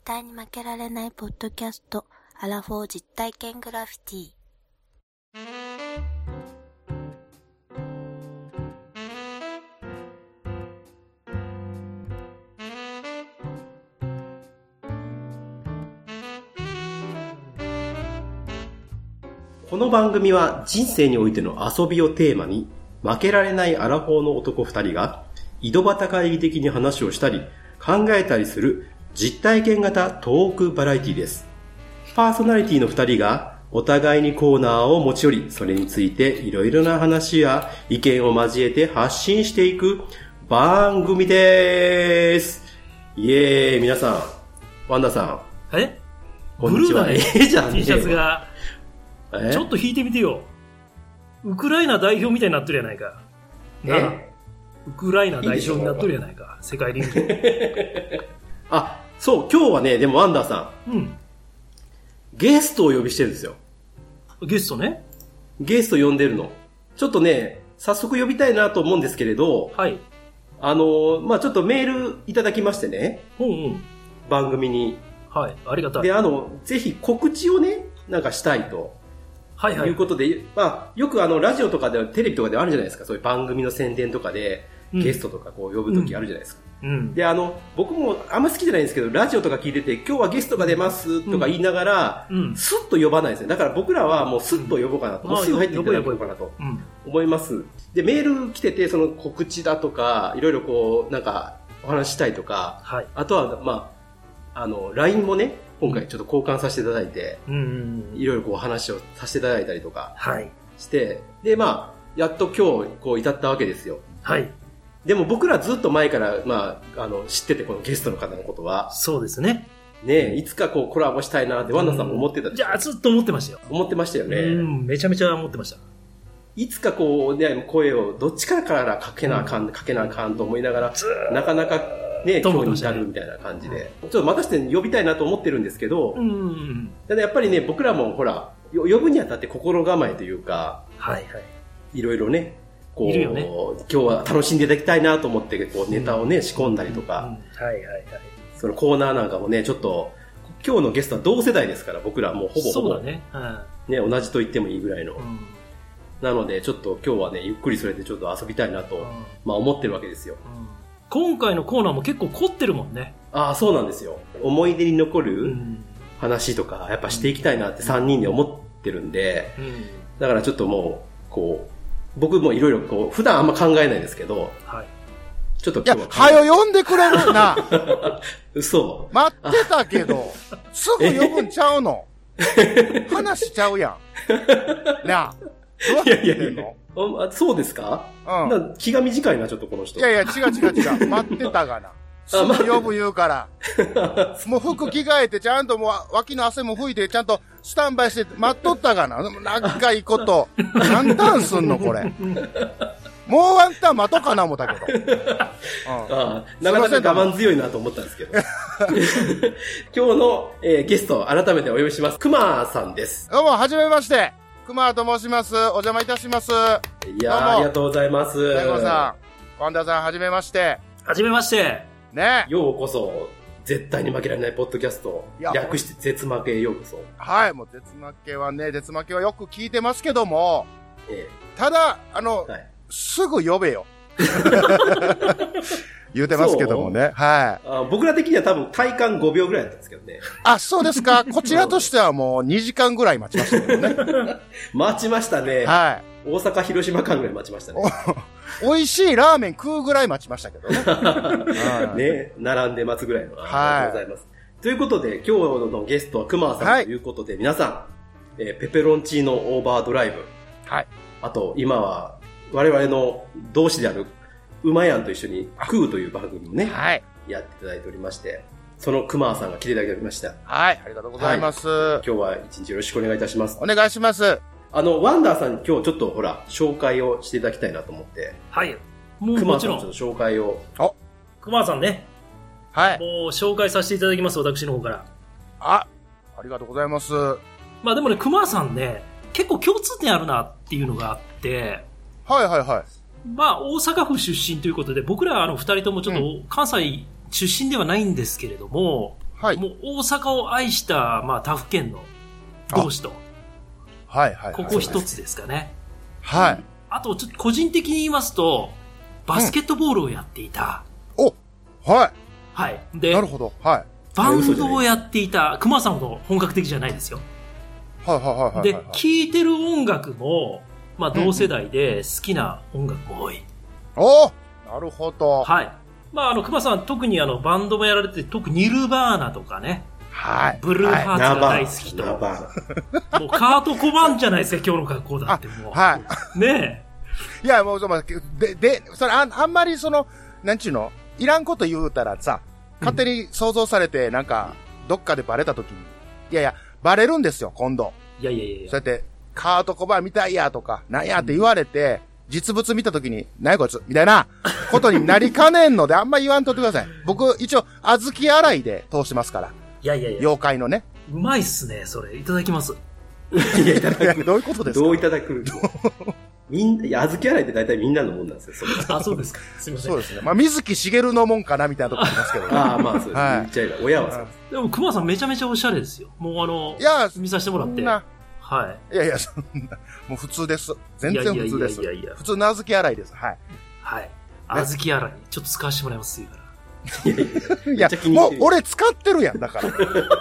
対に負けられないポッドキャスト、アラフォー実体験グラフィティ。 この番組は人生においての遊びをテーマに、負けられないアラフォーの男2人が井戸端会議的に話をしたり考えたりする実体験型トークバラエティです。パーソナリティの2人がお互いにコーナーを持ち寄り、それについていろいろな話や意見を交えて発信していく番組です。イエーイ。皆さん、ワンダさん、こんにちは。 ブルーだね。 ええじゃんね。 T シャツがちょっと引いてみてよ。ウクライナ代表みたいになってるやないか。ウクライナ代表になってるやないか。世界陸上。 あ、そう、今日はね、でもワンダーさん、 ゲストをお呼びしてるんですよ。 ゲストね。 ゲスト呼んでるの。ちょっとね、早速呼びたいなと思うんですけれど、 はい。 ちょっとメールいただきましてね、番組に。 はい、ありがたい。 で、ぜひ告知をね、なんかしたいと。いうことで、よくラジオとかでテレビとかであるじゃないですか。そういう番組の宣伝とかで、ゲストとかこう呼ぶときあるじゃないですか。で、僕もあんま好きじゃないんですけど、ラジオとか聞いてて、今日はゲストが出ますとか言いながら、スッと呼ばないですね。だから僕らはもうスッと呼ぼうかなと。もうすぐ入っていただこうかなと思います。で、メール来てて、その告知だとか、いろいろこう、なんかお話したいとか、あとは、LINE もね、今回ちょっと交換させていただいて、いろいろこう話をさせていただいたりとかして、で、やっと今日こう至ったわけですよ。 はい。 でも僕らずっと前から、知ってて、このゲストの方のことは。 そうですね。 ねえ、いつかこうコラボしたいなってワンダさんも思ってた。 じゃあずっと思ってましたよ。 思ってましたよね。 めちゃめちゃ思ってました。 いつかこうね、声をどっちからかけなあかんと思いながら、なかなかね、今日に至るみたいな感じで。ちょっとまたして呼びたいなと思ってるんですけど、ただやっぱりね、僕らもほら、呼ぶにあたって心構えというか、いろいろね、こう、今日は楽しんでいただきたいなと思って、こうネタをね、仕込んだりとか、そのコーナーなんかもね、ちょっと、今日のゲストは同世代ですから、僕らもうほぼほぼ、ね、同じと言ってもいいぐらいの。なので、ちょっと今日はね、ゆっくりそれでちょっと遊びたいなと、思ってるわけですよ。 今回のコーナーも結構凝ってるもんね。 ああ、そうなんですよ。思い出に残る話とか、やっぱしていきたいなって3人で思ってるんで、だからちょっともう、こう、僕もいろいろこう、普段あんま考えないですけど、ちょっと今日は。 いや、はよ呼んでくれるな。 嘘。 待ってたけど、すぐ呼ぶんちゃうの。話しちゃうやん。なあ。 いやいやいや。そうですか？気が短いな、ちょっとこの人。 いやいや、違う。待ってたがな。すぐ呼ぶ言うから。もう服着替えて、ちゃんともう脇の汗も拭いて、ちゃんとスタンバイして待っとったがな。長いこと。何ターンすんの、これ。もうワンターン待とうかな思ったけど。 なかなか我慢強いなと思ったんですけど。今日の、ゲスト、改めてお呼びします。くまさんです。 どうも、はじめまして。くまと申します。お邪魔いたします。 いやありがとうございます。 大悟さん、ワンダさん、はじめまして。 はじめまして。 ね。 ようこそ、絶対に負けられないポッドキャスト。略して絶負けへようこそ。 はい、もう絶負けはよく聞いてますけども、ただ、すぐ呼べよ。言うてますけどもね。 僕ら的には多分体感5秒ぐらいだったんですけどね。 あ、そうですか。こちらとしてはもう2時間ぐらい待ちましたけどね。 待ちましたね。 大阪、広島間ぐらい待ちましたね。 美味しいラーメン食うぐらい待ちましたけどね。 ね、並んで待つぐらいの。ありがとうございます。ということで、今日のゲストは熊さんということで、皆さん、ペペロンチーノオーバードライブ。あと、今は、我々の同志である、うまやんと一緒に食うという番組をね、やっていただいておりまして、その熊さんが来ていただきました。 ありがとうございます。 今日は一日よろしくお願いいたします。 お願いします。 ワンダーさんに今日ちょっとほら、紹介をしていただきたいなと思って。 もうもちろん。 熊さんちょっと紹介を。 熊さんね。もう紹介させていただきます、私の方から。 ありがとうございます。 でもね、熊さんね、結構共通点あるなっていうのがあって、大阪府出身ということで、僕ら二人ともちょっと関西出身ではないんですけれども、 はい。もう大阪を愛した、まあ他府県の同士と。 はいはい。 ここ一つですかね。 はい。 あと、ちょっと個人的に言いますと、バスケットボールをやっていた。 おはい。 はい。で、 なるほど。はい。 バンドをやっていた、熊さんほど本格的じゃないですよ。 はいはいはいはい。 で、聴いてる音楽も、まあ同世代で好きな音楽も多い。 おなるほど。 はい。まあ熊さん特にバンドもやられて、特にニルバーナとかね。 はい。 ブルーハーツが大好きと。もうカート・コバンじゃないですか、今日の格好だってもう。 はい。 ねえ。いや、もう、それ、あんまりなんちゅうのいらんこと言うたらさ、勝手に想像されて、なんか、どっかでバレた時に。いやいや、バレるんですよ、今度。 いや。 そうやって、カート・コバンみたいやとか、なんやって言われて、実物見た時に、なんやこいつみたいなことになりかねんので、あんま言わんとってください。僕、一応、小豆洗いで通してますから。 いや。 妖怪のね。 うまいっすね、それ。いただきます。 いや、いただく。 どういうことですか？ どういただく？いや、小豆洗いって大体みんなのもんなんですよ、それ。 あ、そうですか。すいません。 そうですね。まあ、水木しげるのもんかな、みたいなとこありますけどね。 ああ、まあ、そうです。 はい。 言っちゃえば、親はさ。 でも、熊さんめちゃめちゃおしゃれですよ。もういや、 見させてもらって。はい。 いや、そんな、もう普通です。全然普通です。 いや。 普通の小豆洗いです。はい。 はい。小豆洗い、ちょっと使わせてもらいますよ。 いや、もう俺使ってるやん、だから。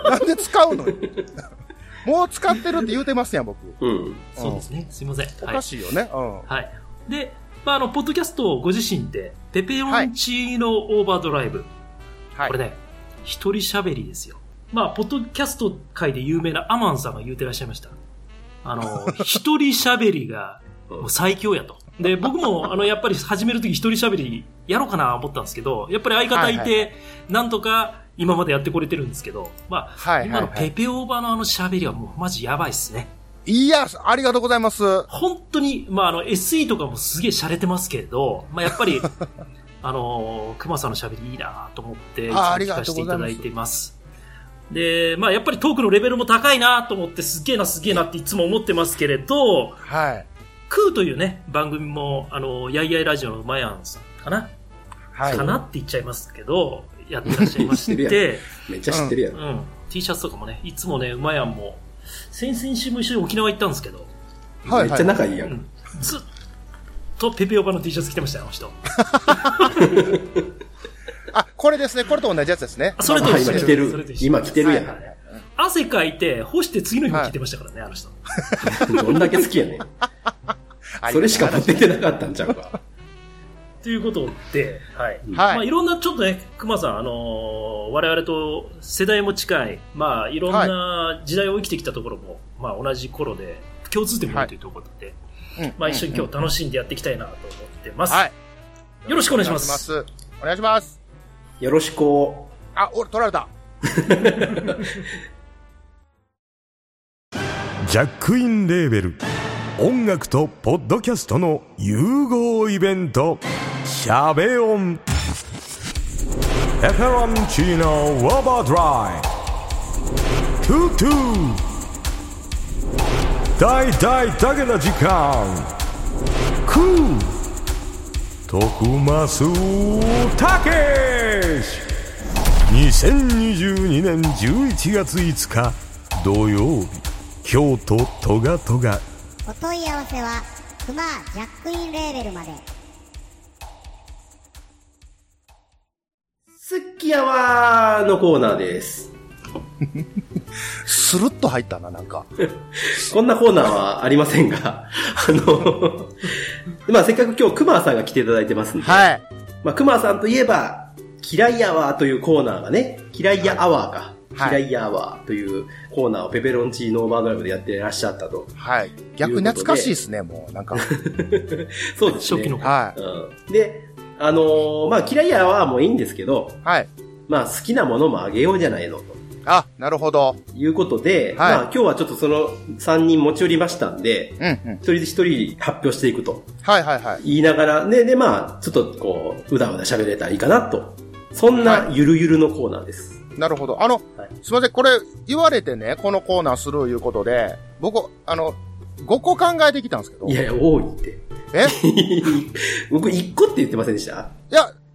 なんで使うのもう使ってるって言うてますやん、僕。 うん。そうですね。すいません。 おかしいよね。うん。 はい。で、まあ、ポッドキャストご自身で、ペペロンチーノオーバードライブ。はい。これね、一人喋りですよ。まあ、ポッドキャスト界で有名なアマンさんが言うてらっしゃいました。一人喋りが、もう最強やと。で、僕も、やっぱり始めるとき一人喋りやろうかな思ったんですけど、やっぱり相方いて、なんとか今までやってこれてるんですけど、まあ、今のペペオーバーの喋りはもうマジやばいっすね。 いや、ありがとうございます。 本当に、SE とかもすげえ洒落てますけれど、やっぱり、熊さんの喋りいいなと思って、いつも聞かせていただいてます。で、やっぱりトークのレベルも高いなと思って、すげえなっていつも思ってますけれど、 はい。 クーというね、番組も、やいやいラジオのマヤンさんかな、はい。かなって言っちゃいますけど、やってらっしゃいまして。 めっちゃ知ってるやん。 うん。T シャツとかもね、いつもね、マヤンも、先々週も一緒に沖縄行ったんですけど、 はい。めっちゃ仲いいやん。 ずっとペペオバの T シャツ着てましたよ、あの人。 あ、これですね。これと同じやつですね。 それと今着てる。今着てるやん。 汗かいて、干して次の日も着てましたからね、あの人。 どんだけ好きやねん。それしか持っててなかったんちゃうか。 ということで、はい。いろんな、ちょっとね、熊さん、我々と世代も近い、いろんな時代を生きてきたところも、同じ頃で、共通点もあるというところで、一緒に今日楽しんでやっていきたいなと思ってます。はい。よろしくお願いします。 お願いします。 よろしく。 あ、俺取られた。 ジャックインレーベル音楽とポッドキャストの融合イベントシャベオンペペロンチーノウォーバードライトゥトゥ大大だけな時間クー徳増たけし2022年11月5日土曜日京都トガトガお問い合わせはクマジャックインレーベルまで。 すっきやわーのコーナーです。 スルッと入ったな、なんか。 こんなコーナーはありませんが、せっかく今日クマさんが来ていただいてますんで、はい。クマさんといえば、嫌いやわーというコーナーがね、嫌いやアワーか。嫌いやアワーというコーナーをペペロンチーノオーバードライブでやっていらっしゃったと。 はい。逆に懐かしいですね、もう、なんか。 そうですね。 初期の。 はい。 で、嫌いやアワーもいいんですけど、 はい。 好きなものもあげようじゃないのと。 あ、なるほど。 いうことで、はい。今日はちょっとその3人持ち寄りましたんで、一人発表していくと。 はいはいはい。 言いながら、で、ちょっとこう、うだうだ喋れたらいいかなと。そんなゆるゆるのコーナーです。 なるほど。すいません、これ言われてね、このコーナーするいうことで、僕、5個考えてきたんですけど。 いやいや、多いって。 え僕1個って言ってませんでした？ いや、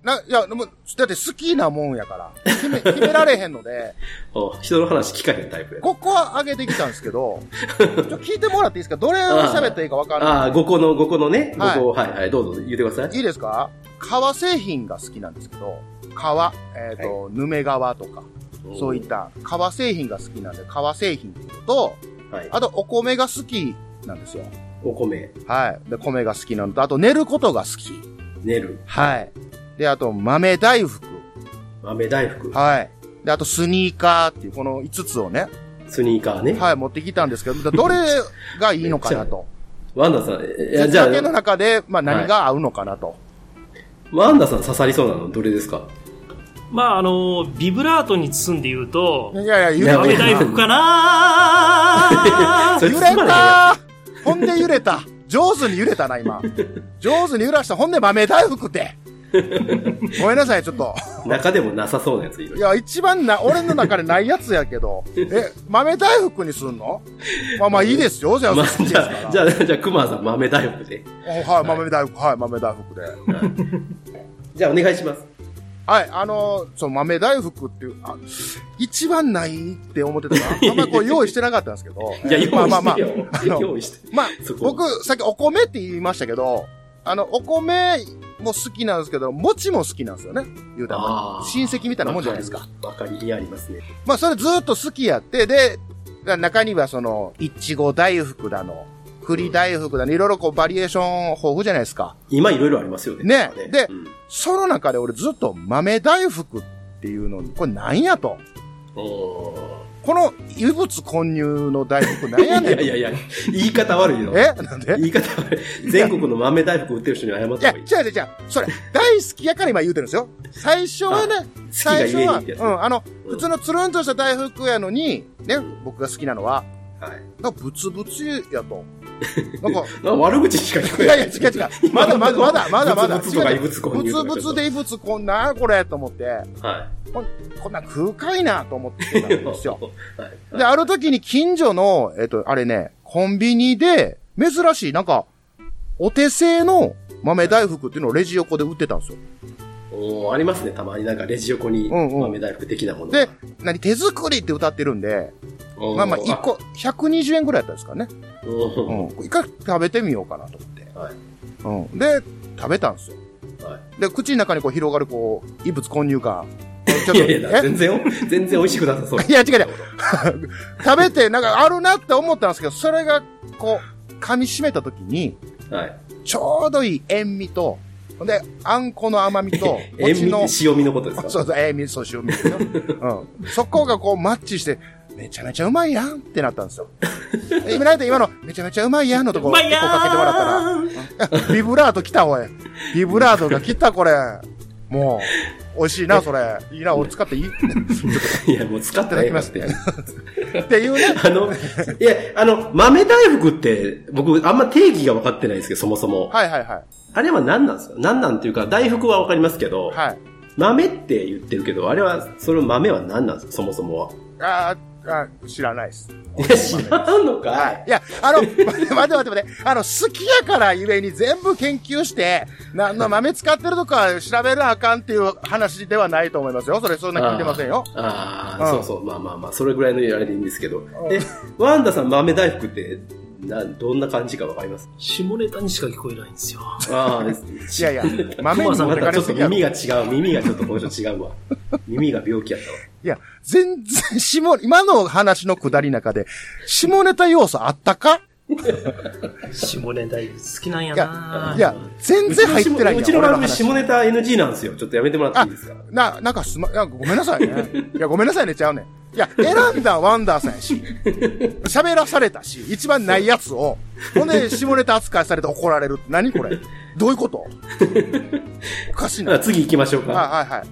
いや、もう、だって好きなもんやから。決められへんので。 人の話聞かへんタイプや。 ここは上げてきたんですけど、聞いてもらっていいですか？どれを喋ったらいいか分かんない。 5個のね。5個、はい、どうぞ言ってください。 いいですか？革製品が好きなんですけど、革、ヌメ革とか、そういった革製品が好きなんで、革製品っていうのと、あとお米が好きなんですよ。 お米。 はい。で、米が好きなのと、あと寝ることが好き。 寝る。 はい。で、あと豆大福。 豆大福。 はい。で、あとスニーカーっていうこの5つをね。 スニーカーね。 はい、持ってきたんですけど、どれがいいのかなと。 ワンダさん、 じゃあ。の中で、まあ何が合うのかなと。 ワンダさん刺さりそうなのどれですか？ まあビブラートに包んで言うと、 いや、 豆大福かな揺れたほんで揺れた。上手に揺れたな、今。上手に揺らした。ほんで豆大福って。ごめんなさい、ちょっと。 中でもなさそうなやついる。 いや、一番俺の中でないやつやけど。豆大福にすんの？まあいいですよ、じゃあ。 じゃあ、熊さん豆大福で。 はい、豆大福で。 じゃあ、お願いします。 はい、豆大福っていう、一番ないって思ってたから、あんまこう用意してなかったんですけど。 いや、用意して。 まあ、僕、さっきお米って言いましたけど、お米も好きなんですけど、餅も好きなんですよね。言うたら。親戚みたいなもんじゃないですか。 わかりありますね。 まあ、それずっと好きやって、で、中にはいちご大福だの、栗大福だの、いろいろこうバリエーション豊富じゃないですか。 今いろいろありますよね。 ね。で、その中で俺ずっと豆大福っていうのに、これなんやと。この異物混入の大福なんやねん。 いや、言い方悪いよ。 なんで？ 言い方悪い。全国の豆大福売ってる人に謝った方がいい。 いや、違う。それ、大好きやから今言うてるんですよ。最初はね、最初は、普通のつるんとした大福やのに、ね、僕が好きなのは、ブツブツやと。なんか悪口しか聞こえない。 いや、違う。まだ。 ブツブツとか異物混入。 ブツブツで異物こんなこれと思って。こんな空海なと思ってたんですよ。で、ある時に近所の、あれね、コンビニで、珍しい、なんか、お手製の豆大福っていうのをレジ横で売ってたんですよ。 ありますね、たまになんかレジ横に豆大福的なもの。 で、手作りって歌ってるんで、まあ1個120円ぐらいやったんですかね。一回食べてみようかなと思って。で、食べたんですよ。で、口の中にこう広がるこう、異物混入感。 いや、全然美味しくなさそう。 いや、違う。食べて、なんかあるなって思ったんですけど、それが、こう、噛み締めたときに、ちょうどいい塩味と、で、あんこの甘みと、 塩味のことですか？ そう、塩味ですよ。そこがこうマッチして、めちゃめちゃうまいやんってなったんですよ。今の、めちゃめちゃうまいやんのとこ、結構かけてもらったら、ビブラート来た、おい。ビブラートが来た、これ。もう、美味しいな、それ。いいな、俺使っていい？ いや、もう使っていただきますって。 っていうね。 豆大福って、僕、あんま定義が分かってないんですけど、そもそも。 はい。 あれは何なんですか？何なんていうか、大福は分かりますけど、豆って言ってるけど、あれは、その豆は何なんですか？そもそもは。 知らないです。 いや、知らんのかいや、待て。好きやからゆえに全部研究して、何の豆使ってるとか調べるあかんっていう話ではないと思いますよ。そんな聞いてませんよ。 そう。まあ、それぐらいのあれでいいんですけど。ワンダさん豆大福って、どんな感じかわかります？ 下ネタにしか聞こえないんですよ。 いや、豆にまたちょっと耳が違う。耳がちょっとこの人違うわ。耳が病気やったわ。 いや、全然今の話のくだりの中で、下ネタ要素あったか？ 下ネタ好きなんやな。 いや、全然入ってないんや。 うちの番組下ネタ NG なんですよ。ちょっとやめてもらっていいですか？ なんかごめんなさいね。いや、ごめんなさいね、ちゃうねん。いや、選んだワンダーさんやし、喋らされたし、一番ないやつを、ほんで、下ネタ扱いされて怒られるって何これ？どういうこと？おかしいな。 次行きましょうか。 はい。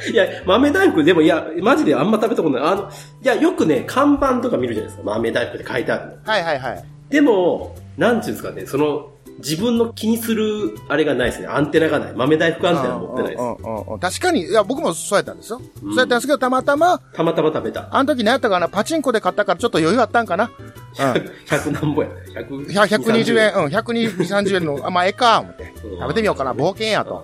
いや、豆大福、でもいや、マジであんま食べたことない。いや、よくね、看板とか見るじゃないですか。豆大福って書いてあるの。 はい。 でも、なんていうんですかね、自分の気にする、あれがないですね。アンテナがない。豆大福アンテナ持ってないです。 確かに、いや、僕もそうやったんですよ。そうやったんですけど、たまたま食べた。 あの時何やったかな、パチンコで買ったからちょっと余裕あったんかな。 100何本や。 120円、120、30円の、まあ、ええか、思って。食べてみようかな、冒険やと。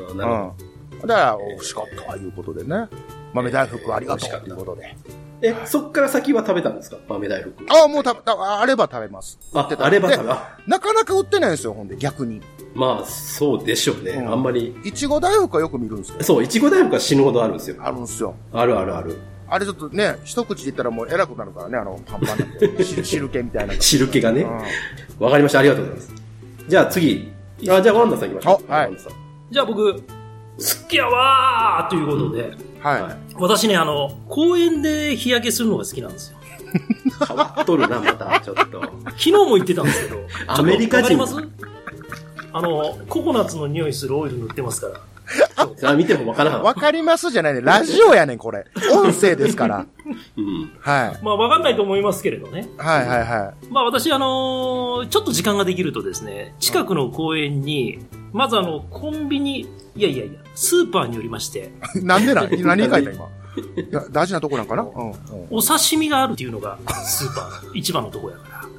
なるほど。だから、美味しかったということでね。豆大福ありがとうということで。 そっから先は食べたんですか豆大福。 もうあれば食べます。 あれば食べなかなか売ってないんですよ、ほんで、逆に。 まあ、そうでしょうね。あんまり。 いちご大福はよく見るんですよ。 そう、いちご大福は死ぬほどあるんですよ。 あるんですよ。 あるあるある。 あれちょっとね、一口で言ったらもう偉くなるからね、パンパンなんで。汁気みたいな。 汁気がね。わかりました。ありがとうございます。じゃあ次。じゃあワンダさん行きましょう。 はい。 じゃあ僕、好きやわーということで。はい。私ね、公園で日焼けするのが好きなんですよ。 変わっとるな、また、ちょっと。 昨日も言ってたんですけど。 アメリカ人。わかります？ ココナッツの匂いするオイル塗ってますから。 見てもわからん。 わかりますじゃないね。ラジオやねん、これ。音声ですから。 うん。 はい。 まあ、わかんないと思いますけれどね。 はいはいはい。 まあ、私、ちょっと時間ができるとですね、近くの公園に、まずコンビニ、いや、スーパーに寄りまして。 なんで何書いた今。いや、大事なとこなんかな、 お刺身があるっていうのが、スーパーの一番のとこやから。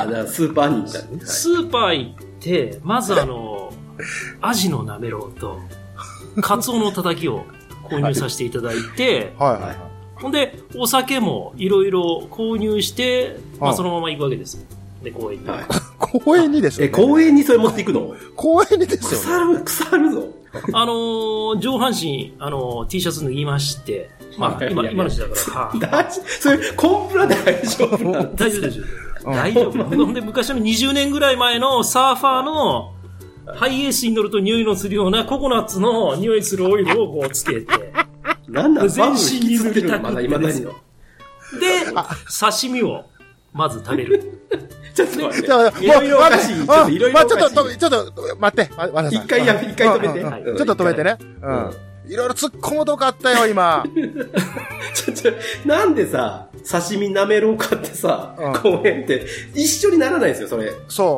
で、スーパーに行ったね。 スーパー行って、まずアジのなめろうと、カツオのたたきを購入させていただいて、ほんで、お酒もいろいろ購入して、まあそのまま行くわけです。で、公園に。 公園にですよ、 公園にそれ持っていくの？ 公園にですよ。 腐るぞ。 上半身、T シャツ脱ぎまして、まあ、今の時代から、 それ、コンプラ大丈夫なの？ 大丈夫。大丈夫。ほんで、昔の20年ぐらい前のサーファーの、ハイエースに乗ると匂いのするようなココナッツの匂いするオイルをこうつけて。 なんだ全身に塗りたくってですよ。 で、刺身をまず食べる。 ちょっと待って。いろいろおかしい。ちょっと待って。 一回止めて。 ちょっと止めてね。いろいろ突っ込むとこあったよ、今。 なんでさ、刺身なめろうかってさ、公園って一緒にならないですよ、それ。 そう。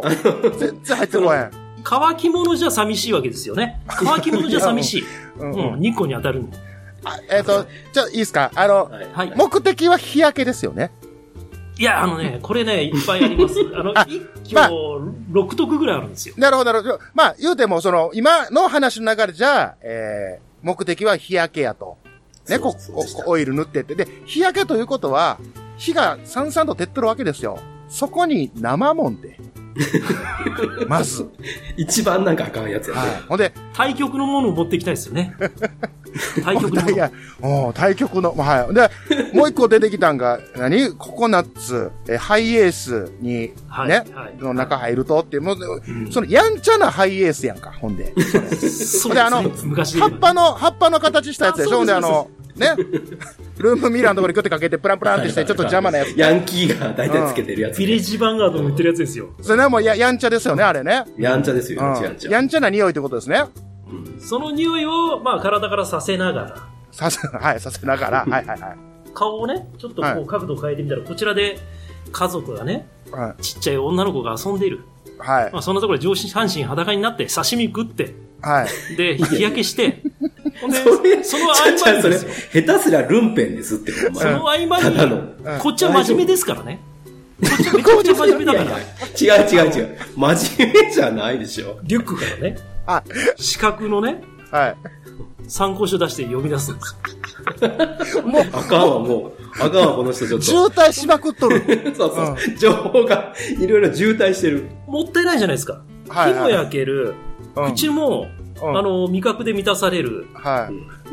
全然入ってこない。 乾き物じゃ寂しいわけですよね。乾き物じゃ寂しい。日光に当たるの。 じゃあいいですか？目的は日焼けですよね。 いや、これね、いっぱいあります。一挙6徳ぐらいあるんですよ。 なるほど。まあ、言うても、今の話の流れじゃ、目的は日焼けやと。ね、オイル塗ってって。で、日焼けということは、火がさんさんと照ってるわけですよ。そこに生もんで。まず。 一番なんかあかんやつやね。 ほんで、 対極のものを持っていきたいですよね。対極のもの。 いや、対極の、はい。で、もう一個出てきたんが、ココナッツ、ハイエースに、ね、の中入るとっていう、もう、その、やんちゃなハイエースやんか、ほんで。 そうで、 葉っぱの形したやつでしょ、ほんでね。ルームミラーのところにグッてかけてプランプランってしてちょっと邪魔なやつ。 ヤンキーが大体つけてるやつ。 ビレッジヴァンガードの売ってるやつですよ。 それね、もうやんちゃですよね、あれね。 やんちゃですよ、 やんちゃな匂いってことですね。 その匂いを、まあ、体からさせながら。 させながら。はい。 顔をね、ちょっとこう角度を変えてみたら、こちらで家族がね、ちっちゃい女の子が遊んでいる。 はい。 まあ、そんなところで上半身裸になって刺身食って、 はい。 で、日焼けして、ほんで、その合間にですよ。 下手すらルンペンですってこと。 その合間に、こっちは真面目ですからね。こっちはめちゃくちゃ真面目だから。 違う。真面目じゃないでしょ。 リュックからね。資格のね。 はい。 参考書出して読み出すんですよ。もう、あかんわ、この人ちょっと。 渋滞しまくっとる。 そう。情報がいろいろ渋滞してる。 もったいないじゃないですか。火も焼ける。口も、味覚で満たされる。 はい。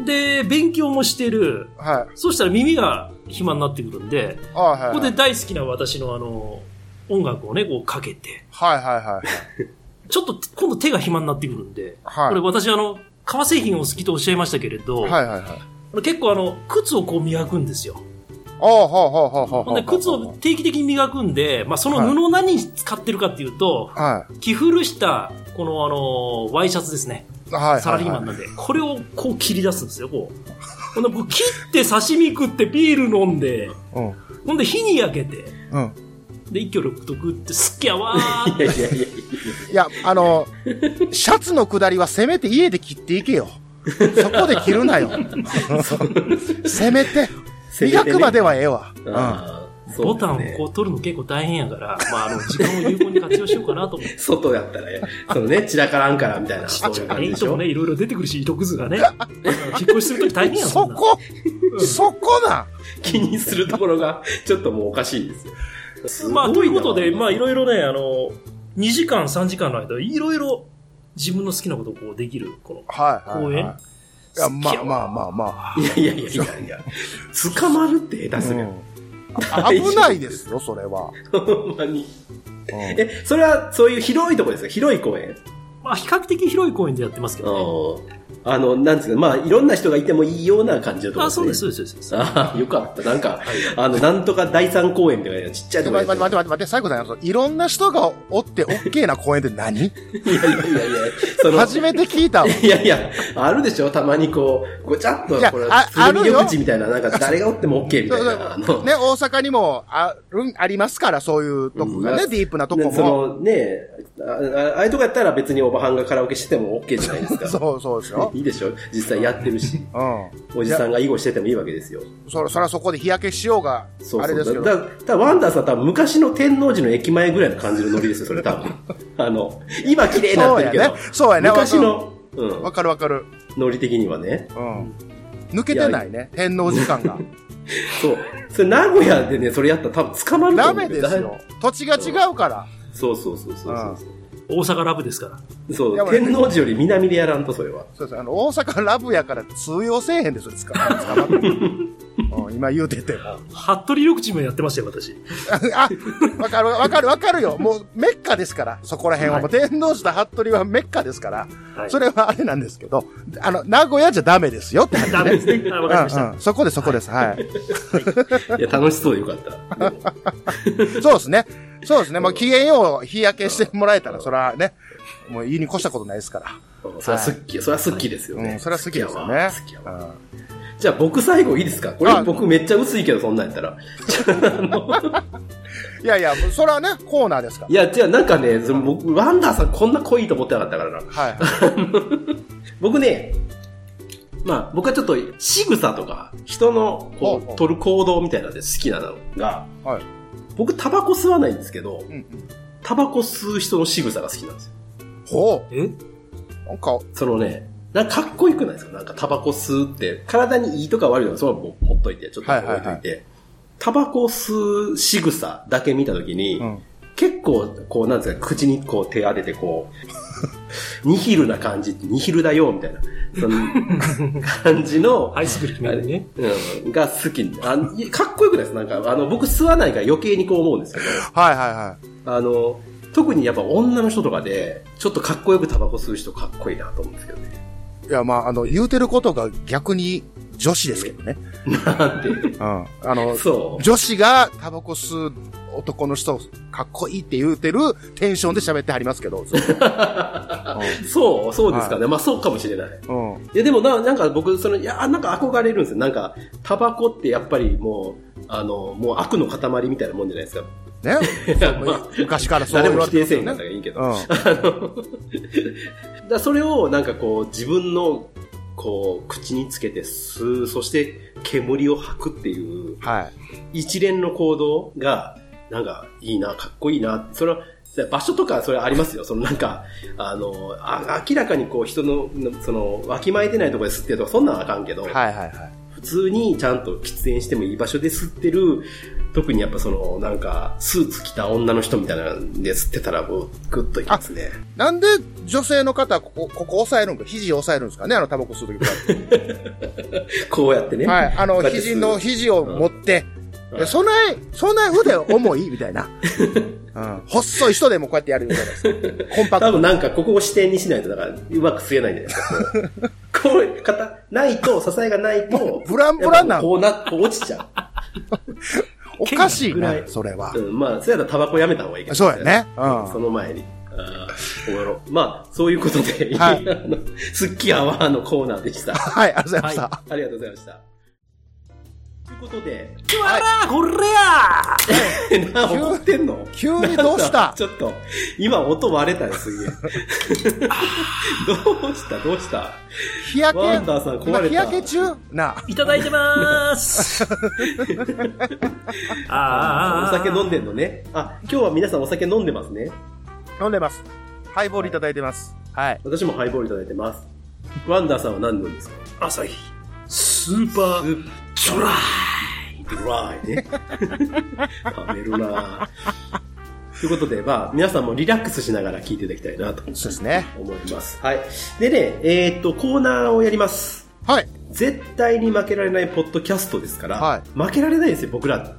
で、勉強もしてる。 はい。 そうしたら耳が暇になってくるんで、ここで大好きな私の音楽をね、こうかけて。 はい。 ちょっと今度手が暇になってくるんで、これ私革製品を好きとおっしゃいましたけれど、結構靴をこう磨くんですよ。で靴を定期的に磨くんで、まあ、その布を何に使ってるかっていうと、着古したこのワイシャツですね。サラリーマンなんで、これをこう切り出すんですよ、こう。切って刺身食ってビール飲んで、ほんで火に焼けて、で、一挙6得ってすっげやわー。 いや、シャツの下りはせめて家で切っていけよ。そこで切るなよ。せめて。磨くまではええわ。 ボタンをこう取るの結構大変やから、まあ時間を有効に活用しようかなと思って。 外やったら、そのね、散らからんからみたいな。そういう感じでしょ。 もね、いろいろ出てくるし、糸くずがね。引っ越しするとき大変やん。 そこな気にするところが、ちょっともうおかしいですよ。 まあ、ということで、まあ、いろいろね、2時間、3時間の間、いろいろ自分の好きなことをこうできる、この公園。 いや、まあ。 いや、捕まるって下手すぎる。 危ないですよ、それは。 ほんまに。それは、そういう広いところですか？広い公園？ まあ、比較的広い公園でやってますけどね。 なんですか、まあ、いろんな人がいてもいいような感じのところですね。 そうです。 よかった。なんか、なんとか第三公園みたいなちっちゃいところ。 待って、最後だよ。いろんな人がおって OK な公園って何？いや、初めて聞いたわ。 いや、あるでしょ？たまにこう、ごちゃっと、これ、鶴見緑地みたいな、なんか誰がおっても OK みたいな。 ね、大阪にもありますから、そういうとこがね、ディープなとこも。 そのね、ああいうとこやったら別におばはんがカラオケしてても OK じゃないですか。 そうですよ。 いいでしょ？実際やってるし。おじさんが囲碁しててもいいわけですよ。 そらそこで日焼けしようが、あれですけど。 だからワンダーさん多分昔の天王寺の駅前ぐらいの感じのノリですよ、それ多分。今綺麗になってるけど。 そうやね。 昔の、 わかる。 ノリ的にはね。 抜けてないね、天王寺感が。 そう。それ名古屋でね、それやったら多分捕まると思う。 ダメですよ。土地が違うから。 そう。 大阪ラブですから。 そう、天王寺より南でやらんと、それは。 そうです。大阪ラブやから通用せえへんですよ、捕まって。今言うてても。 服部緑地もやってましたよ、私。 わかるよ。もう、メッカですから、そこら辺は。もう天王寺と服部はメッカですから、それはあれなんですけど、名古屋じゃダメですよって話ね。 ダメですね。わかりました。 そこです、はい。 いや、楽しそうでよかった。 そうですね。まあ、機嫌よう日焼けしてもらえたら、それはね、もう言いに越したことないですから。 それは好きですよね。 それは好きですよね。 じゃあ僕最後いいですか？これ僕めっちゃ薄いけど、そんなんやったら。 いや、それはね、コーナーですから。 いや、じゃあなんかね、僕、ワンダーさんこんな濃いと思ってなかったからな。はい。僕ね、まあ僕はちょっと仕草とか、人のこう取る行動みたいなので好きなのが、僕タバコ吸わないんですけど、タバコ吸う人の仕草が好きなんですよ。なんか、そのね、なんかかっこよくないですか？なんかタバコ吸うって、体にいいとか悪いのか、それはもうほっといて、ちょっと置いといて、タバコ吸う仕草だけ見たときに、結構、こう、なんですか、口にこう手当てて、こう、ニヒルな感じ、ニヒルだよ、みたいな、その感じの、 アイスクリームね。 が好き。かっこよくないです。なんか、僕吸わないから余計にこう思うんですけど、特にやっぱ女の人とかで、ちょっとかっこよくタバコ吸う人かっこいいなと思うんですけどね。 いや、まあ、言うてることが逆に女子ですけどね。 なんで女子がタバコ吸う男の人、かっこいいって言うてるテンションで喋ってはりますけど。 そうですかね。まあそうかもしれない。いやでもなんか僕、なんか憧れるんですよ。なんか、タバコってやっぱりもう、もう悪の塊みたいなもんじゃないですか。 ね、昔からそう言われてる。誰も否定せんかったらいいけど。だそれをなんかこう自分のこう口につけて吸う、そして煙を吐くっていう一連の行動がなんかいいな、かっこいいな。それは場所とかそれありますよ。そのなんか明らかにこう人のそのわきまえてないところで吸ってるとかそんなんあかんけど、普通にちゃんと喫煙してもいい場所で吸ってる。特にやっぱそのなんかスーツ着た女の人みたいなんで吸ってたらもうグッといきますね。 なんで女性の方はここ押さえるんか、肘を押さえるんですかね、タバコ吸うときは。 こうやってね。 はい、肘を持って、そんな腕重いみたいな。細い人でもこうやってやるみたいな。コンパクト。 多分なんかここを視点にしないとだからうまく吸えないんじゃないですか。こうないと、支えがないと、 ブランブランな。 こう落ちちゃう。 おかしいな、それは。 まあ、そうやったらタバコやめた方がいいけど。 そうやね。 その前に。まあ、そういうことで、スッキーアワーのコーナーでした。 はい、ありがとうございました。 ありがとうございました。 ということで。 あら、これや怒ってんの？ 急にどうしたちょっと、今音割れたよ、すげえ。どうした日焼けワンダーさん壊れた。 日焼け中いただいてまーす。 お酒飲んでんのね。今日は皆さんお酒飲んでますね。 飲んでます。ハイボールいただいてます。はい。 私もハイボールいただいてます。ワンダーさんは何飲むんですか？ 朝日。スーパードライ。 ドライね。食べるなぁ。ということで、皆さんもリラックスしながら聞いていただきたいなと。 そうですね。 思います。はい。でね、コーナーをやります。 はい。 絶対に負けられないポッドキャストですから、はい、負けられないですよ、僕らって。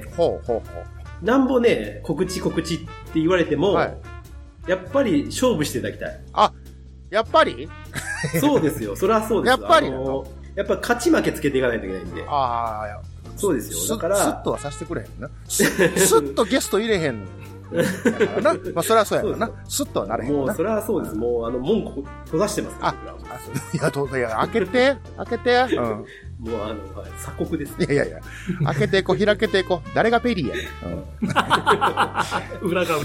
ほう。 なんぼね、告知って言われても、はい、やっぱり勝負していただきたい。 やっぱりそうですよ。それはそうです。 やっぱりやっぱ勝ち負けつけていかないといけないんで。そうですよ。だから。 スッとはさせてくれへんな。スッとゲスト入れへんの。だからな。それはそうやろな。スッとはなれへんな。 もう、それはそうです。もう、門閉ざしてますから。 いや、開けて。うん。 もう、鎖国です。 いや。開けていこう、開けていこう。誰がペリーやねん。裏が。